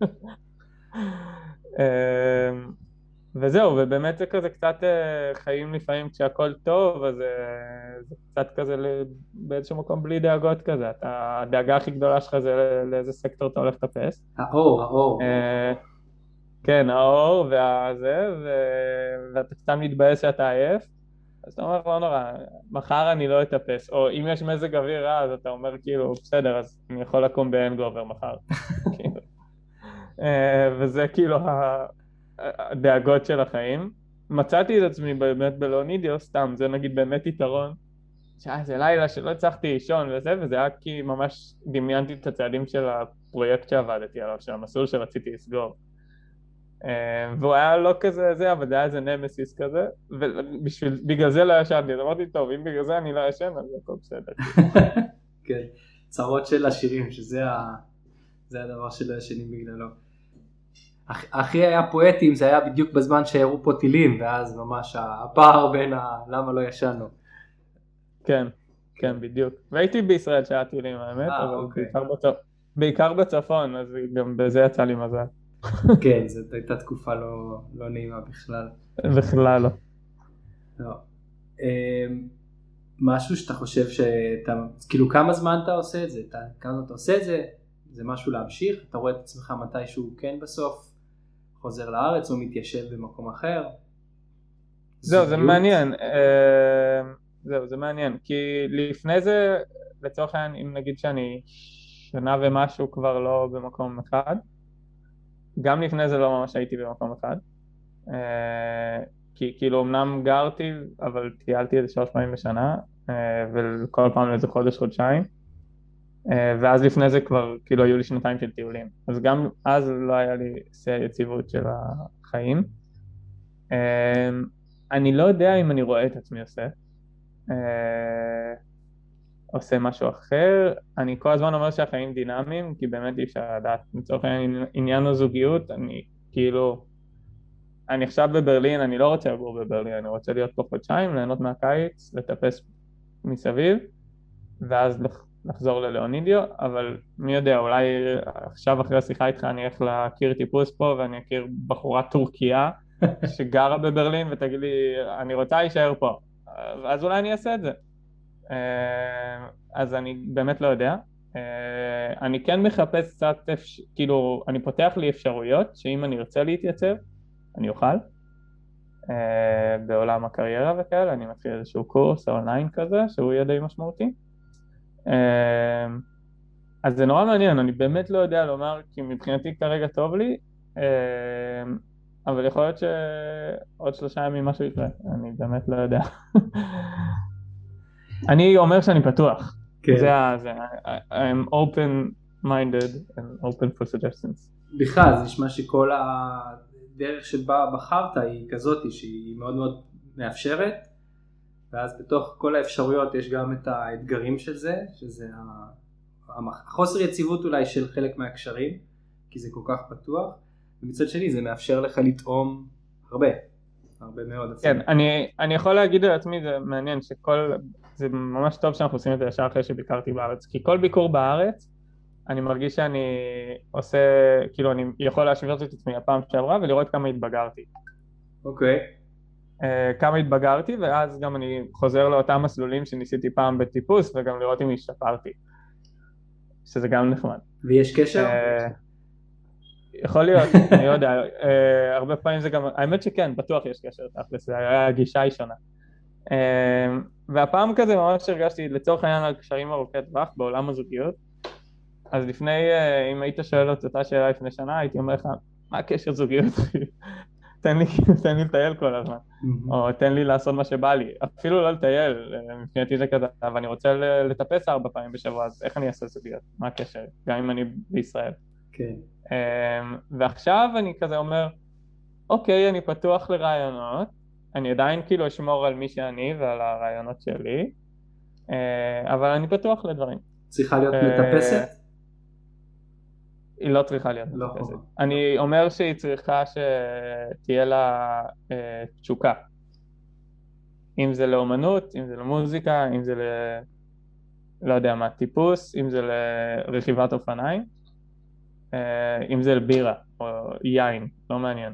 וזהו, ובאמת זה כזה קצת חיים לפעמים כשהכל טוב, אז זה קצת כזה באיזשהו מקום בלי דאגות כזה, הדאגה הכי גדולה שלך זה לאיזה סקטור אתה הולך לטפס. האור. כן, האור והזה, ואתה סתם מתבאס שאתה עייף, אז אתה אומר, לא נורא, מחר אני לא אטפס, או אם יש מזג אוויר רע, אז אתה אומר כאילו, בסדר, אז אני יכול לקום באנגובר מחר. וזה כאילו הדאגות של החיים. מצאתי את עצמי באמת בלאונידיו, סתם, זה נגיד באמת יתרון, שהיה איזה לילה שלא הצלחתי לישון וזה, וזה היה כי ממש דמיינתי את הצעדים של הפרויקט שעבדתי עליו, של המסלול שרציתי לסגור. והוא היה לא כזה זה, אבל זה היה איזה נמסיס כזה, ובגלל זה לא ישנתי, אז אמרתי, טוב, אם בגלל זה אני לא ישן, אז זה הכל בסדר. כן, צרות של השירים, שזה הדבר שלא ישנים בגללו. הכי היה פואטים, זה היה בדיוק בזמן שהראו פה טילים, ואז ממש הפער בין למה לא ישנו. כן, כן, בדיוק. והייתי בישראל שהיה טילים, האמת, אבל בעיקר בצפון, אז גם בזה יצא לי מזל. כן, זאת הייתה תקופה לא נעימה בכלל. בכלל לא. לא. משהו שאתה חושב שאתה, כאילו כמה זמן אתה עושה את זה? כמה זמן אתה עושה את זה? זה משהו להמשיך? אתה רואה את עצמך מתישהו כן בסוף חוזר לארץ או מתיישב במקום אחר? זהו, זה מעניין. זהו, זה מעניין. כי לפני זה, לצורך העניין, אם נגיד שאני שנה ומשהו כבר לא במקום אחד, גם לפני זה לא ממש הייתי במקום אחד, כי כאילו אמנם גרתי, אבל טיילתי איזה 3 פעמים בשנה, וכל פעם לאיזה חודש-חודשיים, ואז לפני זה כבר כאילו היו לי 2 של טיולים, אז גם אז לא היה לי שיא היציבות של החיים. אני לא יודע אם אני רואה את עצמי עושה משהו אחר. אני כל הזמן אומר שהחיים דינמיים, כי באמת אי אפשר לדעת. לצורך עניין הזוגיות, אני כאילו, אני עכשיו בברלין, אני לא רוצה לגור בברלין, אני רוצה להיות פה חודשיים, ליהנות מהקיץ, לטפס מסביב, ואז לחזור ללאונידיו, אבל מי יודע, אולי עכשיו אחרי השיחה איתך אני אלך להכיר טיפוס פה, ואני אכיר בחורה טורקיה שגרה בברלין, ותגיד לי, אני רוצה להישאר פה, אז אולי אני אעשה את זה. אז אני באמת לא יודע. אני כן מחפש קצת, כאילו, אני פותח לי אפשרויות שאם אני ארצה להתייצב, אני אוכל. בעולם הקריירה וכאלה, אני מתחיל איזשהו קורס אונליין כזה, שהוא יהיה די משמעותי. אז זה נורא מעניין, אני באמת לא יודע לומר, כי מבחינתי כרגע טוב לי, אבל יכול להיות שעוד 3 ימים משהו יקרה, אני באמת לא יודע. אני אומר שאני פתוח. כן. זה, I'm open-minded and open for suggestions. בכלל, זה נשמע שכל הדרך שבה בחרת היא כזאת, שהיא מאוד מאוד מאפשרת, ואז בתוך כל האפשרויות יש גם את האתגרים של זה, שזה החוסר יציבות אולי של חלק מהקשרים, כי זה כל כך פתוח, ומצד שני זה מאפשר לך לטעום הרבה מאוד. כן, אני יכול להגיד על עצמי, זה מעניין זה ממש טוב שאנחנו עושים את זה ישר אחרי שביקרתי בארץ, כי כל ביקור בארץ, אני מרגיש שאני עושה, כאילו אני יכול להשוות את עצמי הפעם שעברה ולראות כמה התבגרתי. אוקיי. כמה התבגרתי, ואז גם אני חוזר לאותם מסלולים שניסיתי פעם בטיפוס, וגם לראות אם השתפרתי. שזה גם נחמד. ויש קשר? יכול להיות, אני לא יודע, הרבה פעמים זה גם, האמת שכן, בטוח יש קשר תכלס, זה היה הגישה היא שונה. והפעם כזה ממש הרגשתי, לצורך העניין על קשרים ארוכי טווח בעולם הזוגיות, אז לפני, אם היית שואל את אותה שאלה לפני שנה, הייתי אומר לך, מה הקשר זוגיות? תן לי לטייל כל הזמן, או תן לי לעשות מה שבא לי, אפילו לא לטייל, מבחינתי זה כזה, אבל אני רוצה לטפס 4 פעמים בשבוע, אז איך אני אעשה זוגיות? מה הקשר? גם אם אני בישראל. כן. ועכשיו אני כזה אומר, אוקיי, אני פתוח לרעיונות, אני עדיין כאילו אשמור על מי שאני ועל הרעיונות שלי, אבל אני פתוח לדברים. צריכה להיות מטפסת? היא לא צריכה להיות לא מטופסת. חובה. אני אומר שהיא צריכה שתהיה לה תשוקה. אם זה לאומנות, אם זה למוזיקה, אם זה לא יודע מה, טיפוס, אם זה לרכיבת אופניים, אם זה לבירה או יין, לא מעניין.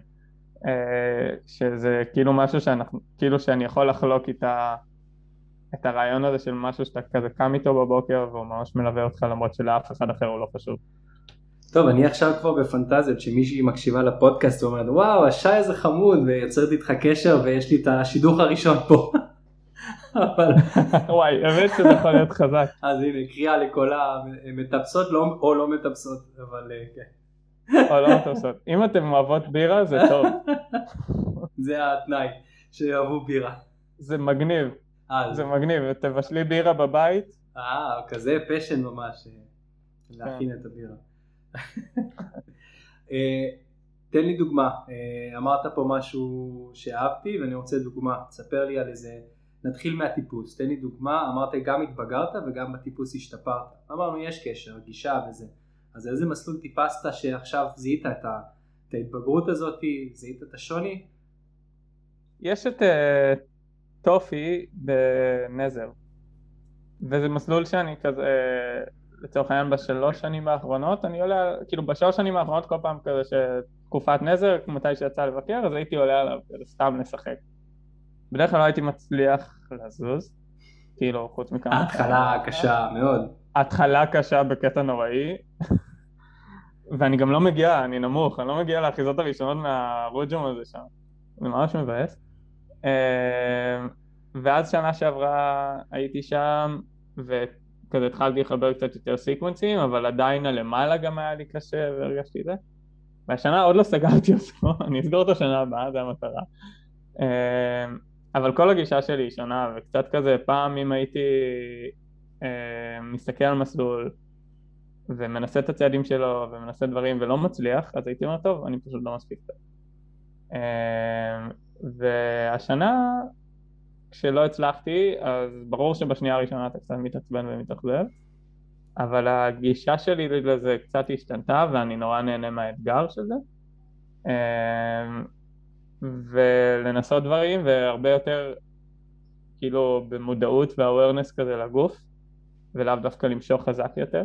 שזה כאילו משהו כאילו שאני יכול לחלוק את הרעיון הזה של משהו שאתה כזה קם איתו בבוקר והוא ממש מלווה אותך למרות שלאף אחד אחר הוא לא חשוב. טוב, אני עכשיו כבר בפנטזיות שמישהי מקשיבה לפודקאסט ואומרת וואו, השי איזה חמוד, ויוצרת איתך קשר ויש לי את השידוך הראשון פה. אבל... וואי, האמת שזה יכול להיות חזק. אז הנה, קריאה לכל המטפסות או לא מטפסות, אבל כן. או לא מטפסות. אם אתם אוהבות בירה זה טוב. זה התנאי, שאוהבו בירה. זה מגניב. זה מגניב, תבשלי בירה בבית. כזה פשן ממש, להכין את הבירה. תן לי דוגמה, אמרת פה משהו שאהבתי ואני רוצה דוגמה, תספר לי על איזה, נתחיל מהטיפוס, תן לי דוגמה, אמרת גם התבגרת וגם בטיפוס השתפרת, אמרנו יש קשר, גישה וזה, אז איזה מסלול טיפסת שעכשיו זיהית את ההתבגרות הזאת, זיהית את השוני? יש את טופי בנזר, וזה מסלול שאני כזה, לצורך העניין בשלוש שנים האחרונות, אני עולה, כאילו בשלוש שנים האחרונות כל פעם כזה שתקופת נזר, מתי שיצא לבקר, אז הייתי עולה עליו סתם לשחק. בדרך כלל לא הייתי מצליח לזוז, כאילו חוץ מכמה. ההתחלה קשה מאוד. ההתחלה קשה בקטע נוראי, ואני גם לא מגיע, אני נמוך, אני לא מגיע לאחיזות הראשונות מהרוג'ום הזה שם. זה ממש מבאס. ואז שנה שעברה הייתי שם, וכזה התחלתי לחבר קצת יותר סיקוונסים, אבל עדיין הלמעלה גם היה לי קשה והרגשתי את זה. והשנה עוד לא סגרתי אותו, אני אסגור אותו שנה הבאה, זה המטרה. אבל כל הגישה שלי היא שונה, וקצת כזה פעם אם הייתי מסתכל על מסלול, ומנסה את הצעדים שלו, ומנסה דברים ולא מצליח, אז הייתי אומר טוב, אני פשוט לא מספיק טוב. והשנה, כשלא הצלחתי, אז ברור שבשנייה הראשונה אתה קצת מתעצבן ומתאכזב, אבל הגישה שלי לזה קצת השתנתה, ואני נורא נהנה מהאתגר של זה. ולנסות דברים, והרבה יותר כאילו במודעות והאווירנס כזה לגוף, ולאו דווקא למשוך חזק יותר.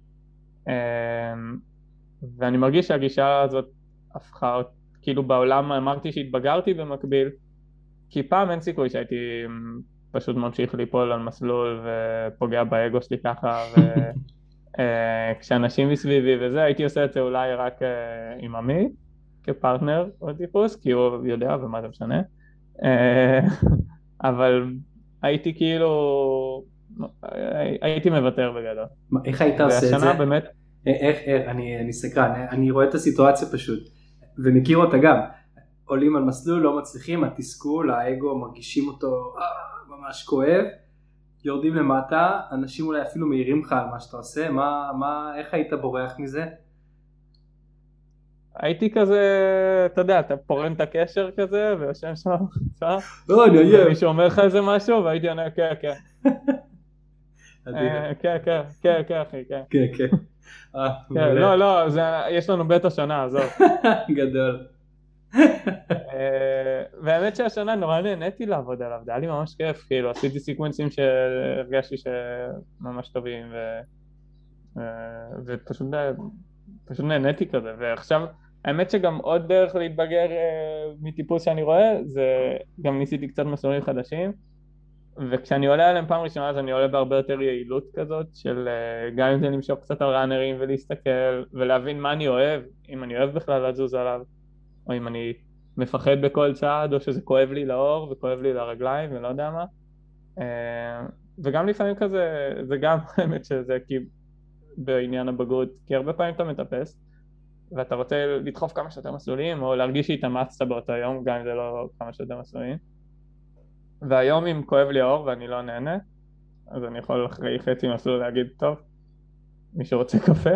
ואני מרגיש שהגישה הזאת הפכה, כאילו בעולם אמרתי שהתבגרתי במקביל, כי פעם אין סיכוי שהייתי פשוט ממשיך ליפול על מסלול ופוגע באגו שלי ככה, וכשאנשים מסביבי וזה, הייתי עושה את זה אולי רק עם עמי, כפרטנר או טיפוס, כי הוא יודע ומה זה משנה. אבל הייתי כאילו, הייתי מוותר בגדול. איך היית עושה את זה? והשנה באמת... אני סקרן, אני רואה את הסיטואציה פשוט, ומכיר אותה גם. עולים על מסלול, לא מצליחים, התסכול, האגו, מרגישים אותו ממש כואב, יורדים למטה, אנשים אולי אפילו מעירים לך על מה שאתה עושה, איך היית בורח מזה? הייתי כזה, אתה יודע, אתה פורן את הקשר כזה, ויושם שם, אני אייב. מישהו אומר לך איזה משהו, והייתי עונה, כן, כן. כן, אחי, כן. כן. לא, יש לנו בית השנה, עזוב. גדול. והאמת שהשנה נורא נהניתי לעבוד עליו, זה היה לי ממש כיף, כאילו עשיתי סיקוונסים שהרגשתי שממש טובים, ופשוט נהניתי כזה, ועכשיו האמת שגם עוד דרך להתבגר מטיפוס שאני רואה, זה גם ניסיתי קצת מסלולים חדשים, וכשאני עולה עליהם פעם ראשונה אז אני עולה בהרבה יותר יעילות כזאת, של גם אם זה למשוך קצת על ראנרים ולהסתכל, ולהבין מה אני אוהב, אם אני אוהב בכלל לזוז עליו, או אם אני מפחד בכל צעד, או שזה כואב לי לאור וכואב לי לרגליים ולא יודע מה. וגם לפעמים כזה, זה גם האמת שזה כי בעניין הבגרות, כי הרבה פעמים אתה מטפס, ואתה רוצה לדחוף כמה שיותר מסלולים, או להרגיש שהתאמצת באותו יום, גם אם זה לא כמה שיותר מסלולים. והיום אם כואב לי האור ואני לא נהנה, אז אני יכול אחרי חצי מסלול להגיד, טוב, מי שרוצה קפה,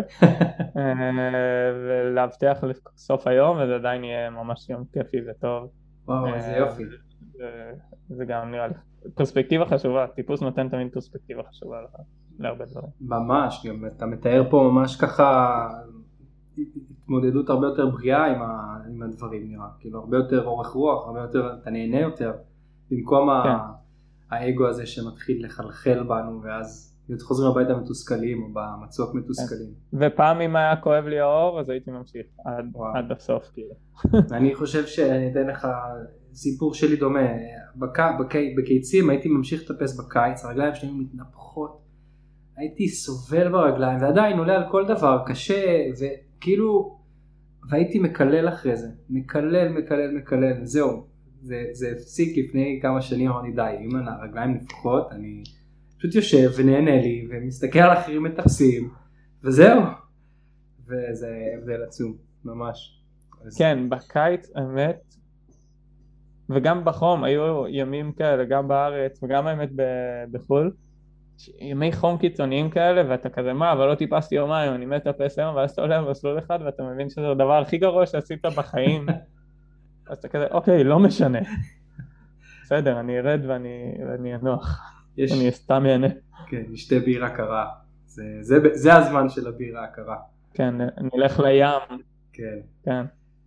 ולהבטיח לסוף היום, וזה עדיין יהיה ממש יום כיפי וטוב. וואו, איזה יופי. זה גם נראה לי פרספקטיבה חשובה, טיפוס נותן תמיד פרספקטיבה חשובה להרבה דברים. ממש, גם אתה מתאר פה ממש ככה התמודדות הרבה יותר בריאה עם הדברים נראה, כאילו הרבה יותר אורך רוח, הרבה יותר, אתה נהנה יותר, במקום האגו הזה שמתחיל לחלחל בנו, ואז חוזרים הביתה מתוסכלים, או במצוק מתוסכלים. ופעם אם היה כואב לי האור, אז הייתי ממשיך עד הסוף, כאילו. אני חושב שאני אתן לך סיפור שלי דומה, בקיצים הייתי ממשיך לטפס בקיץ, הרגליים שלי מתנפחות, הייתי סובל ברגליים, ועדיין עולה על כל דבר, קשה, וכאילו, והייתי מקלל אחרי זה, מקלל, זהו, זה הפסיק לפני כמה שנים, אמרתי די, אם הרגליים נפחות, אני פשוט יושב ונהנה לי, ומסתכל על אחרים מטפסים, וזהו, וזה הבדל עצום, ממש. כן, בקיץ, האמת, וגם בחום, היו ימים כאלה, גם בארץ, וגם האמת בחול, ימי חום קיצוניים כאלה, ואתה כזה מה, אבל לא טיפסתי יומיים, אני מטפס היום, ואז אתה עולה במסלול אחד, ואתה מבין שזה הדבר הכי גרוע שעשית בחיים, אז אתה כזה, אוקיי, לא משנה. בסדר, אני ארד ואני אנוח. אני סתם יענה. כן, נשתה בירה קרה. זה הזמן של הבירה הקרה. כן, נלך לים. כן. כן.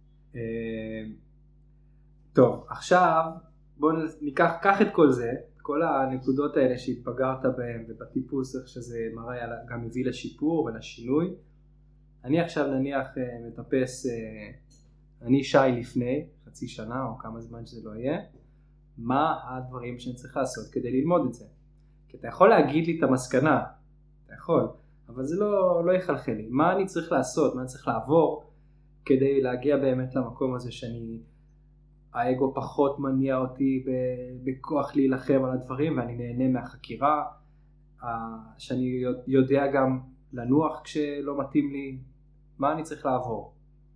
טוב, עכשיו בואו ניקח את כל זה, כל הנקודות האלה שהתבגרת בהן ובטיפוס, איך שזה מראה גם מביא לשיפור ולשינוי. אני עכשיו נניח מטפס, אני שי לפני חצי שנה או כמה זמן שזה לא יהיה, מה הדברים שאני צריך לעשות כדי ללמוד את זה? כי אתה יכול להגיד לי את המסקנה, אתה יכול, אבל זה לא יחלחל לי. מה אני צריך לעשות, מה אני צריך לעבור כדי להגיע באמת למקום הזה האגו פחות מניע אותי בכוח להילחם על הדברים, ואני נהנה מהחקירה, שאני יודע גם לנוח כשלא מתאים לי. מה אני צריך לעבור?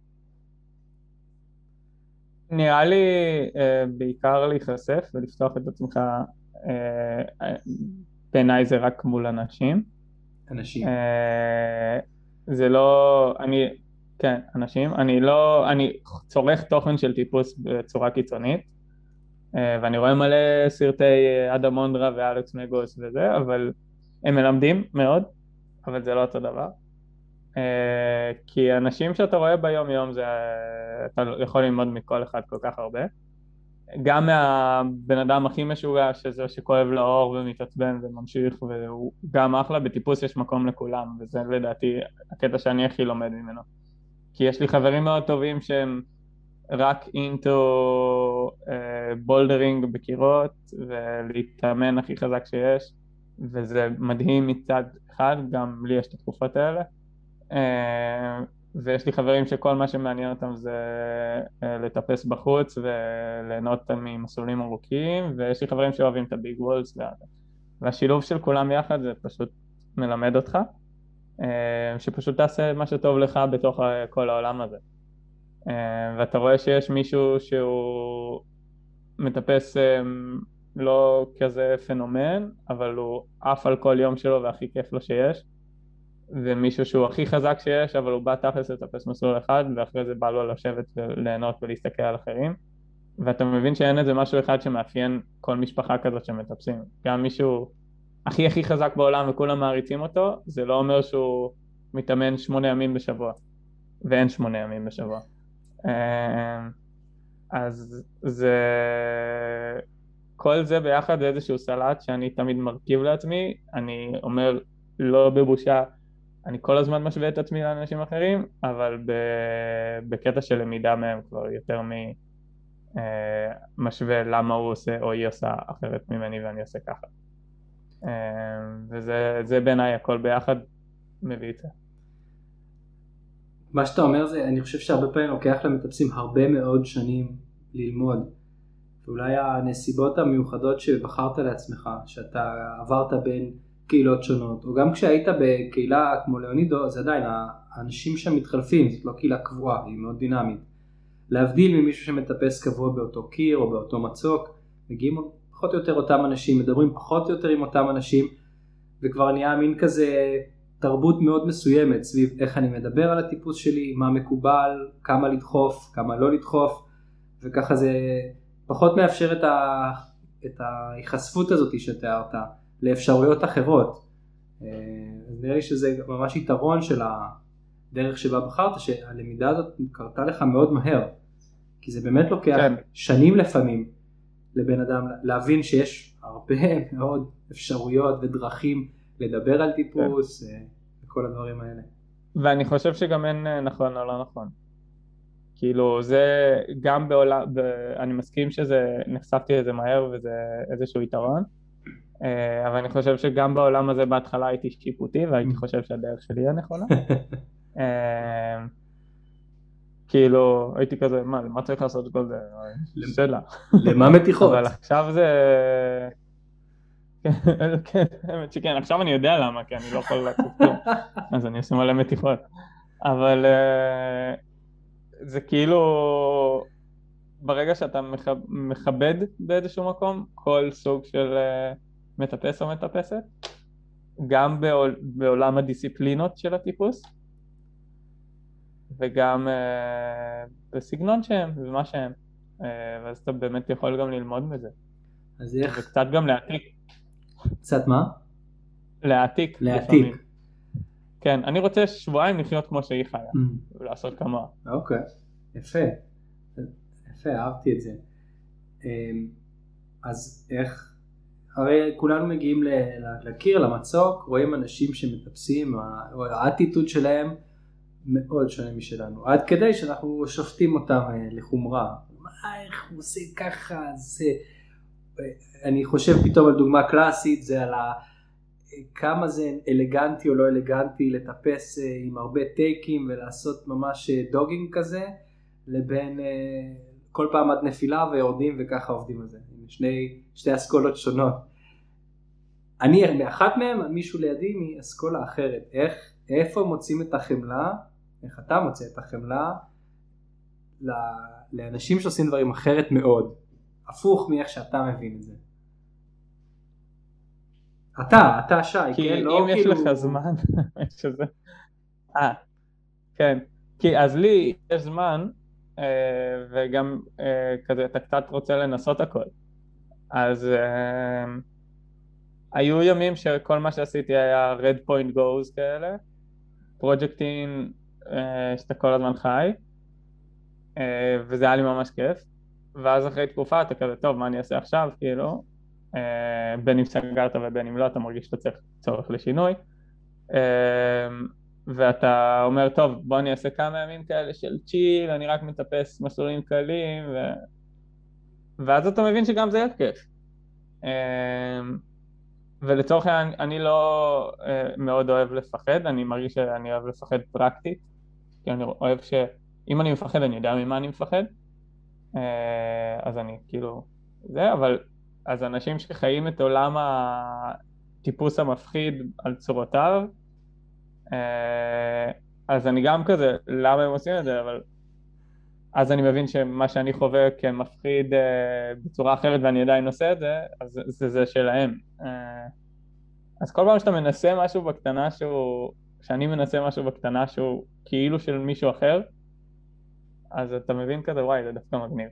נראה לי בעיקר להיחשף ולפתוח את עצמך, בעיניי זה רק מול אנשים. זה לא, כן, אנשים, אני צורך תוכן של טיפוס בצורה קיצונית, ואני רואה מלא סרטי אדם מונדרה ואלכס מגוס וזה, אבל הם מלמדים מאוד, אבל זה לא אותו דבר. כי אנשים שאתה רואה ביום יום, אתה יכול ללמוד מכל אחד כל כך הרבה. גם מהבן אדם הכי משוגע, שזה שכואב לאור ומתעצבן וממשיך, והוא גם אחלה, בטיפוס יש מקום לכולם, וזה לדעתי הקטע שאני הכי לומד ממנו. כי יש לי חברים מאוד טובים שהם רק into בולדרינג בקירות ולהתאמן הכי חזק שיש, וזה מדהים מצד אחד, גם לי יש את התקופות האלה. ויש לי חברים שכל מה שמעניין אותם זה לטפס בחוץ וליהנות ממסלולים ארוכים, ויש לי חברים שאוהבים את הביג וולס, והשילוב של כולם יחד זה פשוט מלמד אותך, שפשוט תעשה מה שטוב לך בתוך כל העולם הזה. ואתה רואה שיש מישהו שהוא מטפס לא כזה פנומן, אבל הוא עף על כל יום שלו והכי כיף לו שיש, ומישהו שהוא הכי חזק שיש, אבל הוא בא תכלס לטפס מסלול אחד, ואחרי זה בא לו לשבת וליהנות ולהסתכל על אחרים, ואתה מבין שאין איזה משהו אחד שמאפיין כל משפחה כזאת שמטפסים. גם מישהו הכי חזק בעולם וכולם מעריצים אותו, זה לא אומר שהוא מתאמן 8 ימים בשבוע, ואין 8 ימים בשבוע. אז כל זה ביחד זה איזשהו סלט שאני תמיד מרכיב לעצמי, אני אומר לא בבושה, אני כל הזמן משווה את עצמי לאנשים אחרים, אבל בקטע של למידה מהם כבר יותר משווה למה הוא עושה או היא עושה אחרת ממני ואני עושה ככה. וזה בעיניי הכל ביחד מביא את זה. מה שאתה אומר זה, אני חושב שהרבה פעמים לוקח למטפסים הרבה מאוד שנים ללמוד. ואולי הנסיבות המיוחדות שבחרת לעצמך, שאתה עברת בין קהילות שונות, או גם כשהיית בקהילה כמו לאונידו, זה עדיין, האנשים שם מתחלפים, זאת לא קהילה קבועה, היא מאוד דינמית. להבדיל ממישהו שמטפס קבוע באותו קיר או באותו מצוק, מגיעים פחות או יותר אותם אנשים, מדברים פחות או יותר עם אותם אנשים, וכבר נהיה מין כזה תרבות מאוד מסוימת סביב איך אני מדבר על הטיפוס שלי, מה מקובל, כמה לדחוף, כמה לא לדחוף, וככה זה פחות מאפשר את ההיחשפות הזאת שתיארת לאפשרויות אחרות. אז נראה לי שזה ממש יתרון הדרך שבה בחרת, שהלמידה הזאת קרתה לך מאוד מהר, כי זה באמת לוקח כן. שנים לפעמים לבן אדם להבין שיש הרבה מאוד אפשרויות ודרכים לדבר על טיפוס וכל הדברים האלה. ואני חושב שגם אין נכון או לא נכון. כאילו זה גם בעולם, אני מסכים שזה, נחשפתי לזה מהר וזה איזשהו יתרון, אבל אני חושב שגם בעולם הזה בהתחלה הייתי שיפוטי והייתי חושב שהדרך שלי היא הנכונה. כאילו הייתי כזה, מה צריך לעשות את כל זה? שאלה. למה מתיחות? אבל עכשיו זה... כן, האמת שכן, עכשיו אני יודע למה, כי אני לא יכול לעשות כלום, אז אני עושה מלא מתיחות. אבל זה כאילו, ברגע שאתה מכבד באיזשהו מקום, כל סוג של מטפס או מטפסת, גם בעולם הדיסציפלינות של הטיפוס, וגם בסגנון שהם ומה שהם, ואז אתה באמת יכול גם ללמוד בזה. אז איך? וקצת גם להעתיק. קצת מה? להעתיק. להעתיק. כן, אני רוצה שבועיים לחיות כמו שהיא חיה, ולעשות כמוה. אוקיי, יפה. יפה, אהבתי את זה. אז איך? הרי כולנו מגיעים לקיר, למצוק, רואים אנשים שמטפסים, האטיטוד שלהם מאוד שונה משלנו, עד כדי שאנחנו שופטים אותם לחומרה. איך הוא עושה ככה? זה... אני חושב פתאום על דוגמה קלאסית, זה על כמה זה אלגנטי או לא אלגנטי לטפס עם הרבה טייקים ולעשות ממש דוגינג כזה, לבין כל פעם עד נפילה ויורדים וככה עובדים על זה. שתי אסכולות שונות. אני מאחת מהם, מישהו לידי מאסכולה אחרת. איפה מוצאים את החמלה, איך אתה מוצא את החמלה לאנשים שעושים דברים אחרת מאוד, הפוך מאיך שאתה מבין את זה. אתה שי, כן? לא אם יש לך זמן, שזה... כן. כי אז לי יש זמן, וגם כזה אתה קצת רוצה לנסות הכל. אז היו ימים שכל מה שעשיתי היה red point goes כאלה, פרויקטים שאתה כל הזמן חי, וזה היה לי ממש כיף. ואז אחרי תקופה אתה כזה, טוב, מה אני אעשה עכשיו, כאילו, בין אם סגרת ובין אם לא, אתה מרגיש שאתה צריך צורך לשינוי, ואתה אומר, טוב, בוא אני אעשה כמה ימים כאלה של צ'יל, אני רק מטפס מסלולים קלים, ואז אתה מבין שגם זה יהיה כיף. ולצורך העניין, אני לא מאוד אוהב לפחד, אני מרגיש שאני אוהב לפחד פרקטית, כי אני אוהב שאם אני מפחד, אני יודע ממה אני מפחד, אז אני כאילו זה, אבל אז אנשים שחיים את עולם הטיפוס המפחיד על צורותיו, אז אני גם כזה, למה הם עושים את זה, אבל אז אני מבין שמה שאני חווה כמפחיד בצורה אחרת ואני עדיין עושה את זה, אז זה שלהם. אז כל פעם שאתה מנסה משהו בקטנה שאני מנסה משהו בקטנה שהוא כאילו של מישהו אחר, אז אתה מבין כזה, וואי, זה דווקא מגניב.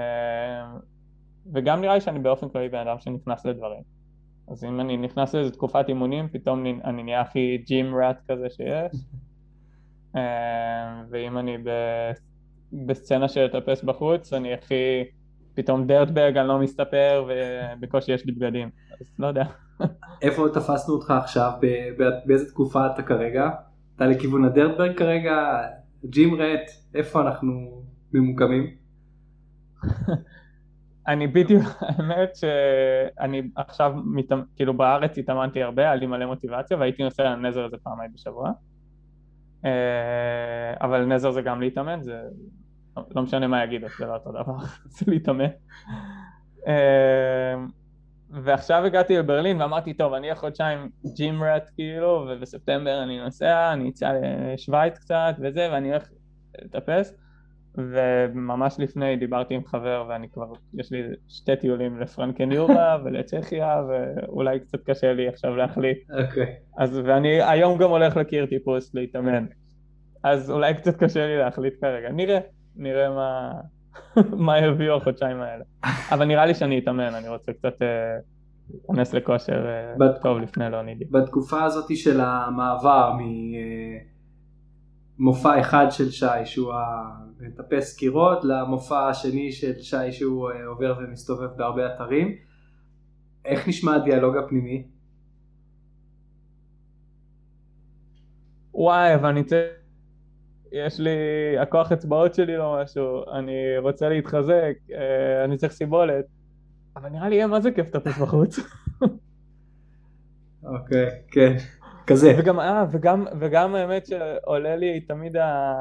וגם נראה לי שאני באופן כללי בן אדם שנכנס לדברים. אז אם אני נכנס לאיזו תקופת אימונים, פתאום אני נהיה הכי ג'ים ראט כזה שיש. ואם אני בסצנה של לטפס בחוץ, אני הכי פתאום דרטברג, אני לא מסתפר, ובקושי יש לי בגדים. אז לא יודע. איפה תפסנו אותך עכשיו? באיזה תקופה אתה כרגע? אתה לכיוון הדרטברג כרגע? ג'ים ראט? איפה אנחנו ממוקמים? אני בדיוק, האמת שאני עכשיו, כאילו בארץ התאמנתי הרבה, היה לי מלא מוטיבציה, והייתי נוסע לנזר איזה פעמיים בשבוע. אבל נזר זה גם להתאמן, זה לא משנה מה יגידו, זה לא אותו דבר, זה להתאמן. ועכשיו הגעתי לברלין ואמרתי, טוב, אני חודשיים ג'ים ראט כאילו, ובספטמבר אני נוסע, אני אצא לשוויץ קצת וזה, ואני הולך לטפס. וממש לפני דיברתי עם חבר ואני כבר, יש לי 2 טיולים לפרנקן יורה ולצ'כיה, ואולי קצת קשה לי עכשיו להחליט. אז ואני היום גם הולך לקיר טיפוס להתאמן, אז אולי קצת קשה לי להחליט כרגע, נראה מה יביאו החודשיים האלה, אבל נראה לי שאני אתאמן, אני רוצה קצת להיכנס לכושר טוב לפני לא נידי. בתקופה הזאת של המעבר מופע אחד של שי שהוא מטפס קירות, למופע השני של שי שהוא עובר ומסתובב בהרבה אתרים. איך נשמע הדיאלוג הפנימי? וואי, אבל יש לי, הכוח אצבעות שלי לא משהו, אני רוצה להתחזק, אני צריך סיבולת, אבל נראה לי יהיה מה זה כיף לטפס בחוץ. אוקיי, כן, כזה. וגם האמת שעולה לי תמיד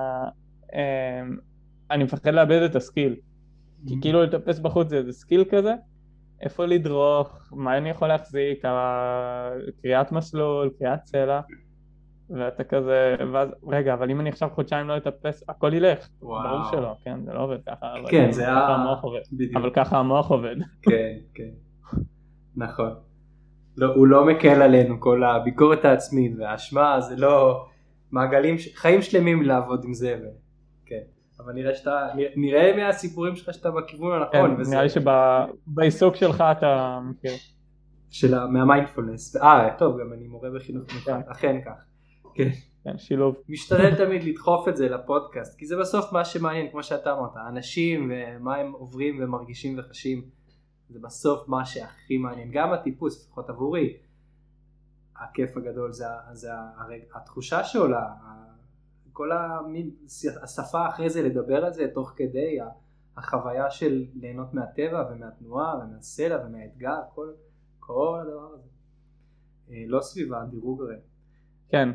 אני מפחד לאבד את הסקיל, כי כאילו לטפס בחוץ זה סקיל כזה, איפה לדרוך, מה אני יכול להחזיק, קריאת מסלול, קריאת צלע, ואתה כזה, ואז, רגע, אבל אם אני עכשיו חודשיים לא אטפס, הכל ילך. ברור שלא, כן, זה לא עובד ככה, אבל כן, זה ככה המוח עובד. אבל ככה המוח עובד. כן, כן, נכון. לא, הוא לא מקל עלינו, כל הביקורת העצמית והאשמה, זה לא מעגלים, חיים שלמים לעבוד עם זה, כן. אבל נראה מהסיפורים שלך שאתה בכיוון הנכון. כן, נראה לי שבעיסוק שלך אתה מכיר. מהמיינדפולנס. טוב, גם אני מורה בחינוך מיוחד, אכן כך. כן, שילוב. משתדל תמיד לדחוף את זה לפודקאסט, כי זה בסוף מה שמעניין, כמו שאתה אמרת, האנשים ומה הם עוברים ומרגישים וחשים, זה בסוף מה שהכי מעניין. גם הטיפוס, לפחות עבורי, הכיף הגדול זה התחושה שעולה, כל השפה אחרי זה לדבר על זה תוך כדי, החוויה של ליהנות מהטבע ומהתנועה ומהסלע ומהאתגר, כל הדבר הזה. לא סביבה, דירוג הרי. כן,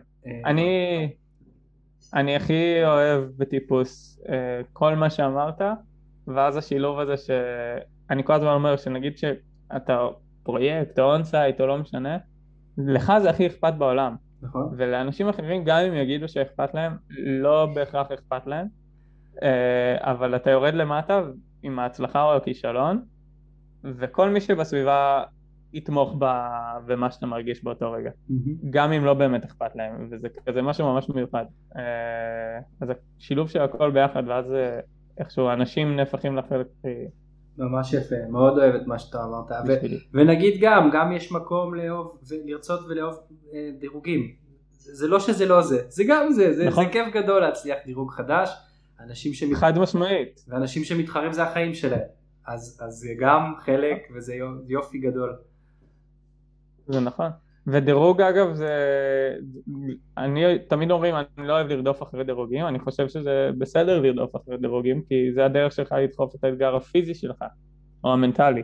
אני הכי אוהב בטיפוס כל מה שאמרת, ואז השילוב הזה שאני כל הזמן אומר שנגיד שאתה פרויקט או אונסייט או לא משנה, לך זה הכי אכפת בעולם. נכון. ולאנשים אחרים גם אם יגידו שאכפת להם, לא בהכרח אכפת להם, אבל אתה יורד למטה עם ההצלחה או הכישלון, וכל מי שבסביבה יתמוך במה שאתה מרגיש באותו רגע, גם אם לא באמת אכפת להם, וזה כזה משהו ממש מיוחד. אז השילוב של הכל ביחד, ואז איכשהו אנשים נהפכים לחלק. ממש יפה, מאוד אוהב את מה שאתה אמרת, ונגיד גם יש מקום לאהוב ולרצות ולאהוב דירוגים, זה לא שזה לא זה גם זה כיף גדול להצליח דירוג חדש, חד משמעית, ואנשים שמתחרים זה החיים שלהם, אז זה גם חלק וזה יופי גדול. זה נכון, ודירוג אגב זה, אני תמיד אומרים אני לא אוהב לרדוף אחרי דירוגים, אני חושב שזה בסדר לרדוף אחרי דירוגים, כי זה הדרך שלך לדחוף את האתגר הפיזי שלך, או המנטלי,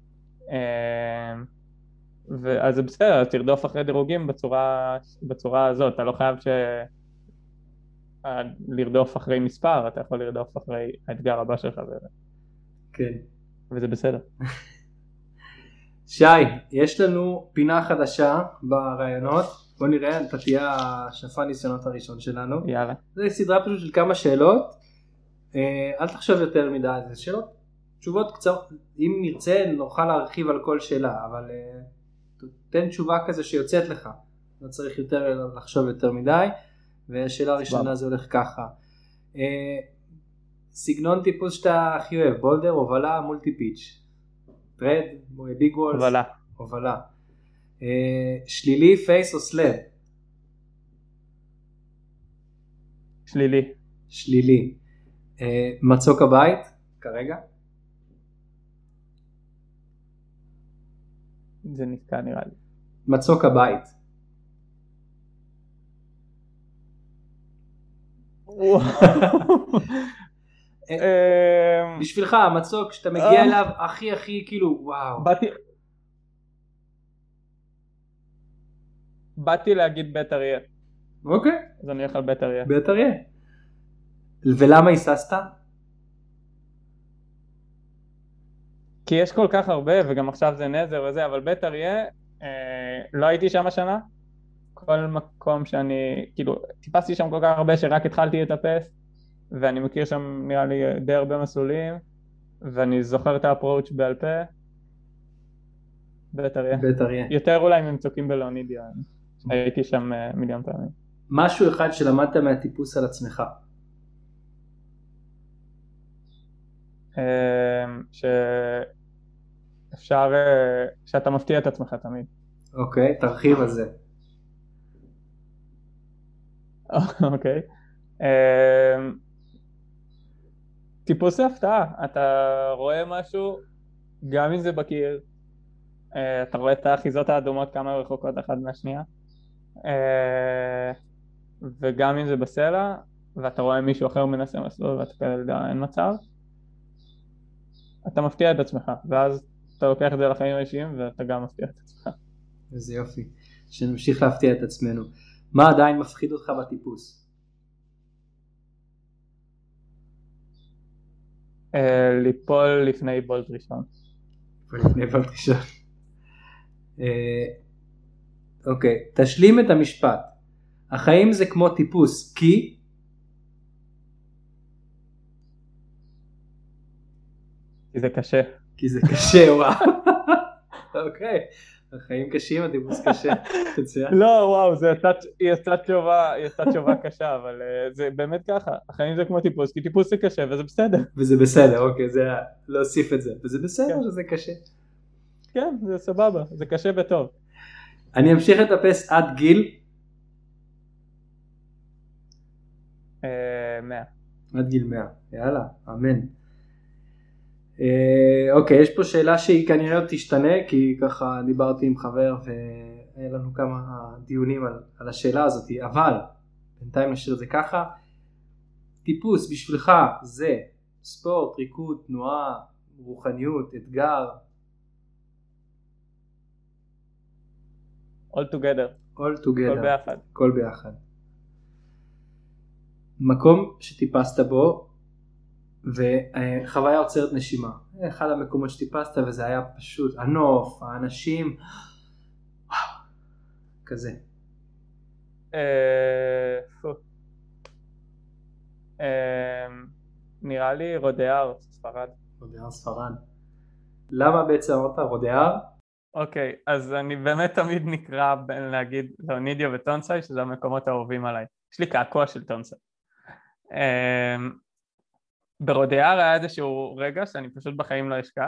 אז זה בסדר, תרדוף אחרי דירוגים בצורה הזאת, אתה לא חייב לרדוף אחרי מספר, אתה יכול לרדוף אחרי האתגר הבא שלך, כן. וזה בסדר. שי, יש לנו פינה חדשה ברעיונות, בוא נראה, אתה תהיה השפע ניסיונות הראשון שלנו. יאללה. זה סדרה פשוט של כמה שאלות, אל תחשוב יותר מדי, זה שאלות, תשובות קצרות, אם נרצה נוכל להרחיב על כל שאלה, אבל תן תשובה כזה שיוצאת לך, לא צריך יותר לחשוב יותר מדי, והשאלה הראשונה זה הולך ככה, סגנון טיפוס שאתה הכי אוהב, בולדר, הובלה, מולטי פיץ'. טרד, ביג וולס, הובלה. שלילי, פייס או סלאב? שלילי. שלילי. מצוק הבית, כרגע? זה נתקע נראה לי. מצוק הבית. בשבילך המצוק שאתה מגיע אליו הכי כאילו וואו. באתי להגיד בית אריה. אוקיי. אז אני הולך על בית אריה. בית אריה. ולמה היססת? כי יש כל כך הרבה וגם עכשיו זה נזר וזה, אבל בית אריה לא הייתי שם השנה. כל מקום שאני כאילו טיפסתי שם כל כך הרבה שרק התחלתי לטפס, ואני מכיר שם נראה לי די הרבה מסלולים, ואני זוכר את האפרוץ' בעל פה. בית אריה. בית אריה. יותר אולי ממצוקים בלאונידיה, הייתי שם מיליון פעמים. משהו אחד שלמדת מהטיפוס על עצמך? שאפשר, שאתה מפתיע את עצמך תמיד. אוקיי, תרחיב על זה. אוקיי. טיפוס להפתעה, אתה רואה משהו, גם אם זה בקיר, אתה רואה את האחיזות האדומות כמה רחוקות אחת מהשנייה, וגם אם זה בסלע, ואתה רואה מישהו אחר מנסה מסלול ואתה כאלה, אין מצב, אתה מפתיע את עצמך, ואז אתה לוקח את זה לחיים האישיים ואתה גם מפתיע את עצמך. איזה יופי, שנמשיך להפתיע את עצמנו. מה עדיין מפחיד אותך בטיפוס? ליפול לפני בולט ראשון. לפני בולט ראשון. אוקיי, תשלים את המשפט. החיים זה כמו טיפוס, כי זה קשה. כי זה קשה, וואו. אוקיי, החיים קשים, הטיפוס קשה. לא, וואו, זה יצא תשובה קשה, אבל זה באמת ככה. החיים זה כמו טיפוס, כי טיפוס זה קשה וזה בסדר. וזה בסדר, אוקיי, זה להוסיף את זה. וזה בסדר שזה קשה. כן, זה סבבה, זה קשה וטוב. אני אמשיך לטפס עד גיל 100. עד גיל 100, יאללה, אמן. אוקיי, יש פה שאלה שהיא כנראה עוד תשתנה, כי ככה דיברתי עם חבר והיה לנו כמה דיונים על השאלה הזאת, אבל בינתיים נשאיר את זה ככה. טיפוס בשבילך זה ספורט, ריקוד, תנועה, רוחניות, אתגר? All together. All together. כל ביחד. כל ביחד. מקום שטיפסת בו וחוויה עוצרת נשימה. אחד המקומות שטיפסת וזה היה פשוט הנוף, האנשים, וואו, כזה. נראה לי רודהר, ספרד. רודהר, ספרד. למה בעצם אמרת רודהר? אוקיי, אז אני באמת תמיד נקרא בין להגיד לאונידיו וטונסאי, שזה המקומות האהובים עליי. יש לי קעקוע של טונסאי. ברודהר היה איזשהו רגע שאני פשוט בחיים לא אשכח.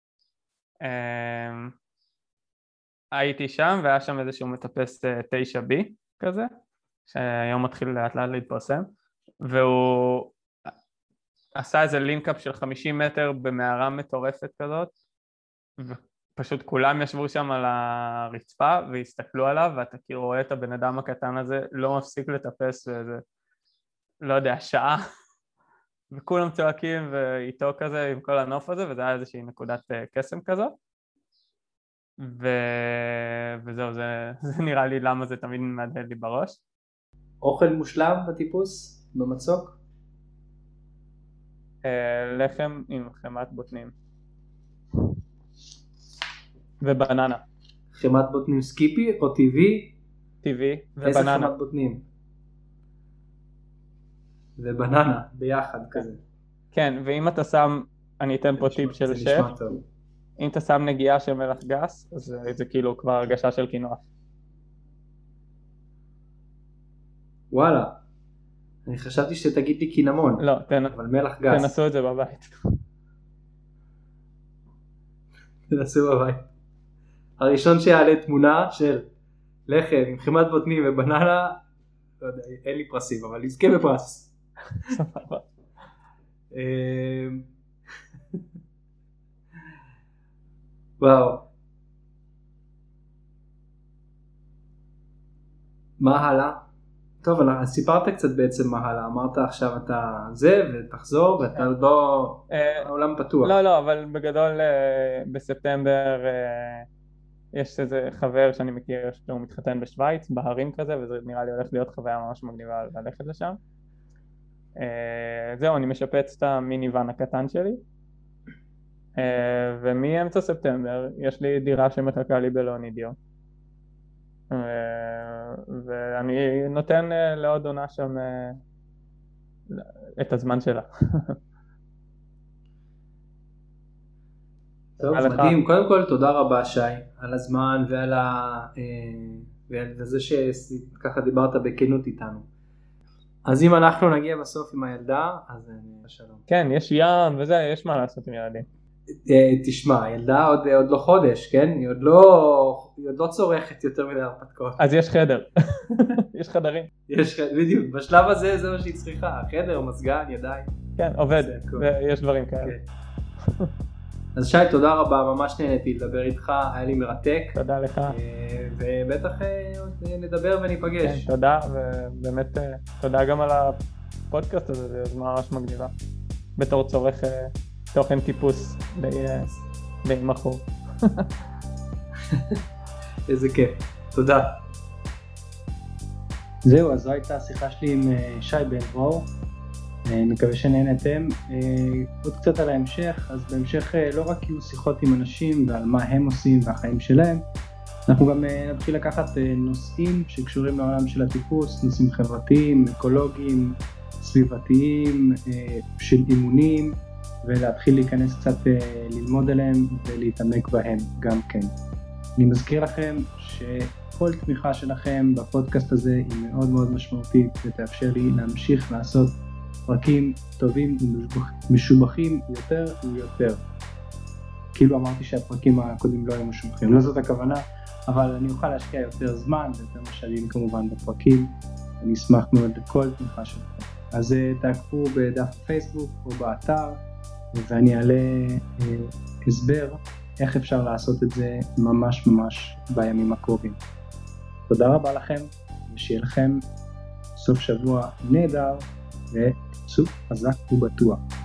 הייתי שם והיה שם איזשהו מטפס 9B כזה, שהיום מתחיל לאט לאט להתפרסם, והוא עשה איזה לינקאפ של 50 מטר במערה מטורפת כזאת, ופשוט כולם ישבו שם על הרצפה והסתכלו עליו, ואתה כאילו רואה את הבן אדם הקטן הזה לא מפסיק לטפס ואיזה, לא יודע, שעה, וכולם צועקים ואיתו כזה עם כל הנוף הזה, וזה היה איזושהי נקודת קסם כזאת. וזהו, זה נראה לי למה זה תמיד מהדהד לי בראש. אוכל מושלם בטיפוס, במצוק? לחם עם חמת בוטנים. ובננה. חמת בוטנים סקיפי או טבעי? טבעי ובננה. איזה חמת בוטנים? ובננה ביחד כזה. כן, ואם אתה שם, אני אתן פה טיפ של שף, אם אתה שם נגיעה של מלח גס, אז זה כאילו כבר הרגשה של קינוח. וואלה, אני חשבתי שתגיד לי קינמון. לא, אבל מלח גס. תנסו את זה בבית. תנסו בבית. הראשון שיעלה תמונה של לחם עם חמת בוטנים ובננה, לא יודע, אין לי פרסים, אבל יזכה בפרס. סבבה. וואו. מה הלאה? טוב, אז סיפרת קצת בעצם מה הלאה, אמרת עכשיו אתה זה ותחזור ואתה לא, העולם פתוח. לא, אבל בגדול בספטמבר יש איזה חבר שאני מכיר שהוא מתחתן בשוויץ, בהרים כזה, וזה נראה לי הולך להיות חוויה ממש מגניבה ללכת לשם. זהו, אני משפץ את המיני ואן הקטן שלי, ומאמצע ספטמבר יש לי דירה שמחכה לי בלאונידיו, ואני נותן לעוד עונה שם את הזמן שלה. טוב, מדהים. קודם כל תודה רבה שי על הזמן ועל זה שככה דיברת בכנות איתנו. אז אם אנחנו נגיע בסוף עם הילדה, אז שלום. כן, יש ים וזה, יש מה לעשות עם ילדים. תשמע, ילדה עוד לא חודש, כן? היא עוד לא צורכת יותר מדי הרפתקאות. אז יש חדר, יש חדרים. בדיוק, בשלב הזה זה מה שהיא צריכה, חדר, מזגן, ידיים. כן, עובד, ויש דברים כאלה. אז שי, תודה רבה, ממש נהניתי לדבר איתך, היה לי מרתק. תודה לך. ובטח נדבר וניפגש. כן, תודה, ובאמת תודה גם על הפודקאסט הזה, זה ממש מגניבה. בתור צורך תוכן טיפוס די מכור. איזה כיף, תודה. זהו, אז זו הייתה השיחה שלי עם שי בן דרור. מקווה שנהנתם. עוד קצת על ההמשך, אז בהמשך לא רק יהיו שיחות עם אנשים ועל מה הם עושים והחיים שלהם, אנחנו גם נתחיל לקחת נושאים שקשורים לעולם של הטיפוס, נושאים חברתיים, אקולוגיים, סביבתיים, של אימונים, ולהתחיל להיכנס קצת ללמוד עליהם ולהתעמק בהם גם כן. אני מזכיר לכם שכל תמיכה שלכם בפודקאסט הזה היא מאוד מאוד משמעותית ותאפשר לי להמשיך לעשות פרקים טובים ומשובחים יותר ויותר. כאילו אמרתי שהפרקים הקודמים לא היו משובחים, לא זאת הכוונה, אבל אני אוכל להשקיע יותר זמן ויותר משאבים כמובן בפרקים. אני אשמח מאוד לכל תמיכה שלכם. אז תעקבו בדף הפייסבוק או באתר, ואני אעלה הסבר איך אפשר לעשות את זה ממש בימים הקרובים. תודה רבה לכם, ושיהיה לכם סוף שבוע נהדר וסוף חזק ובטוח.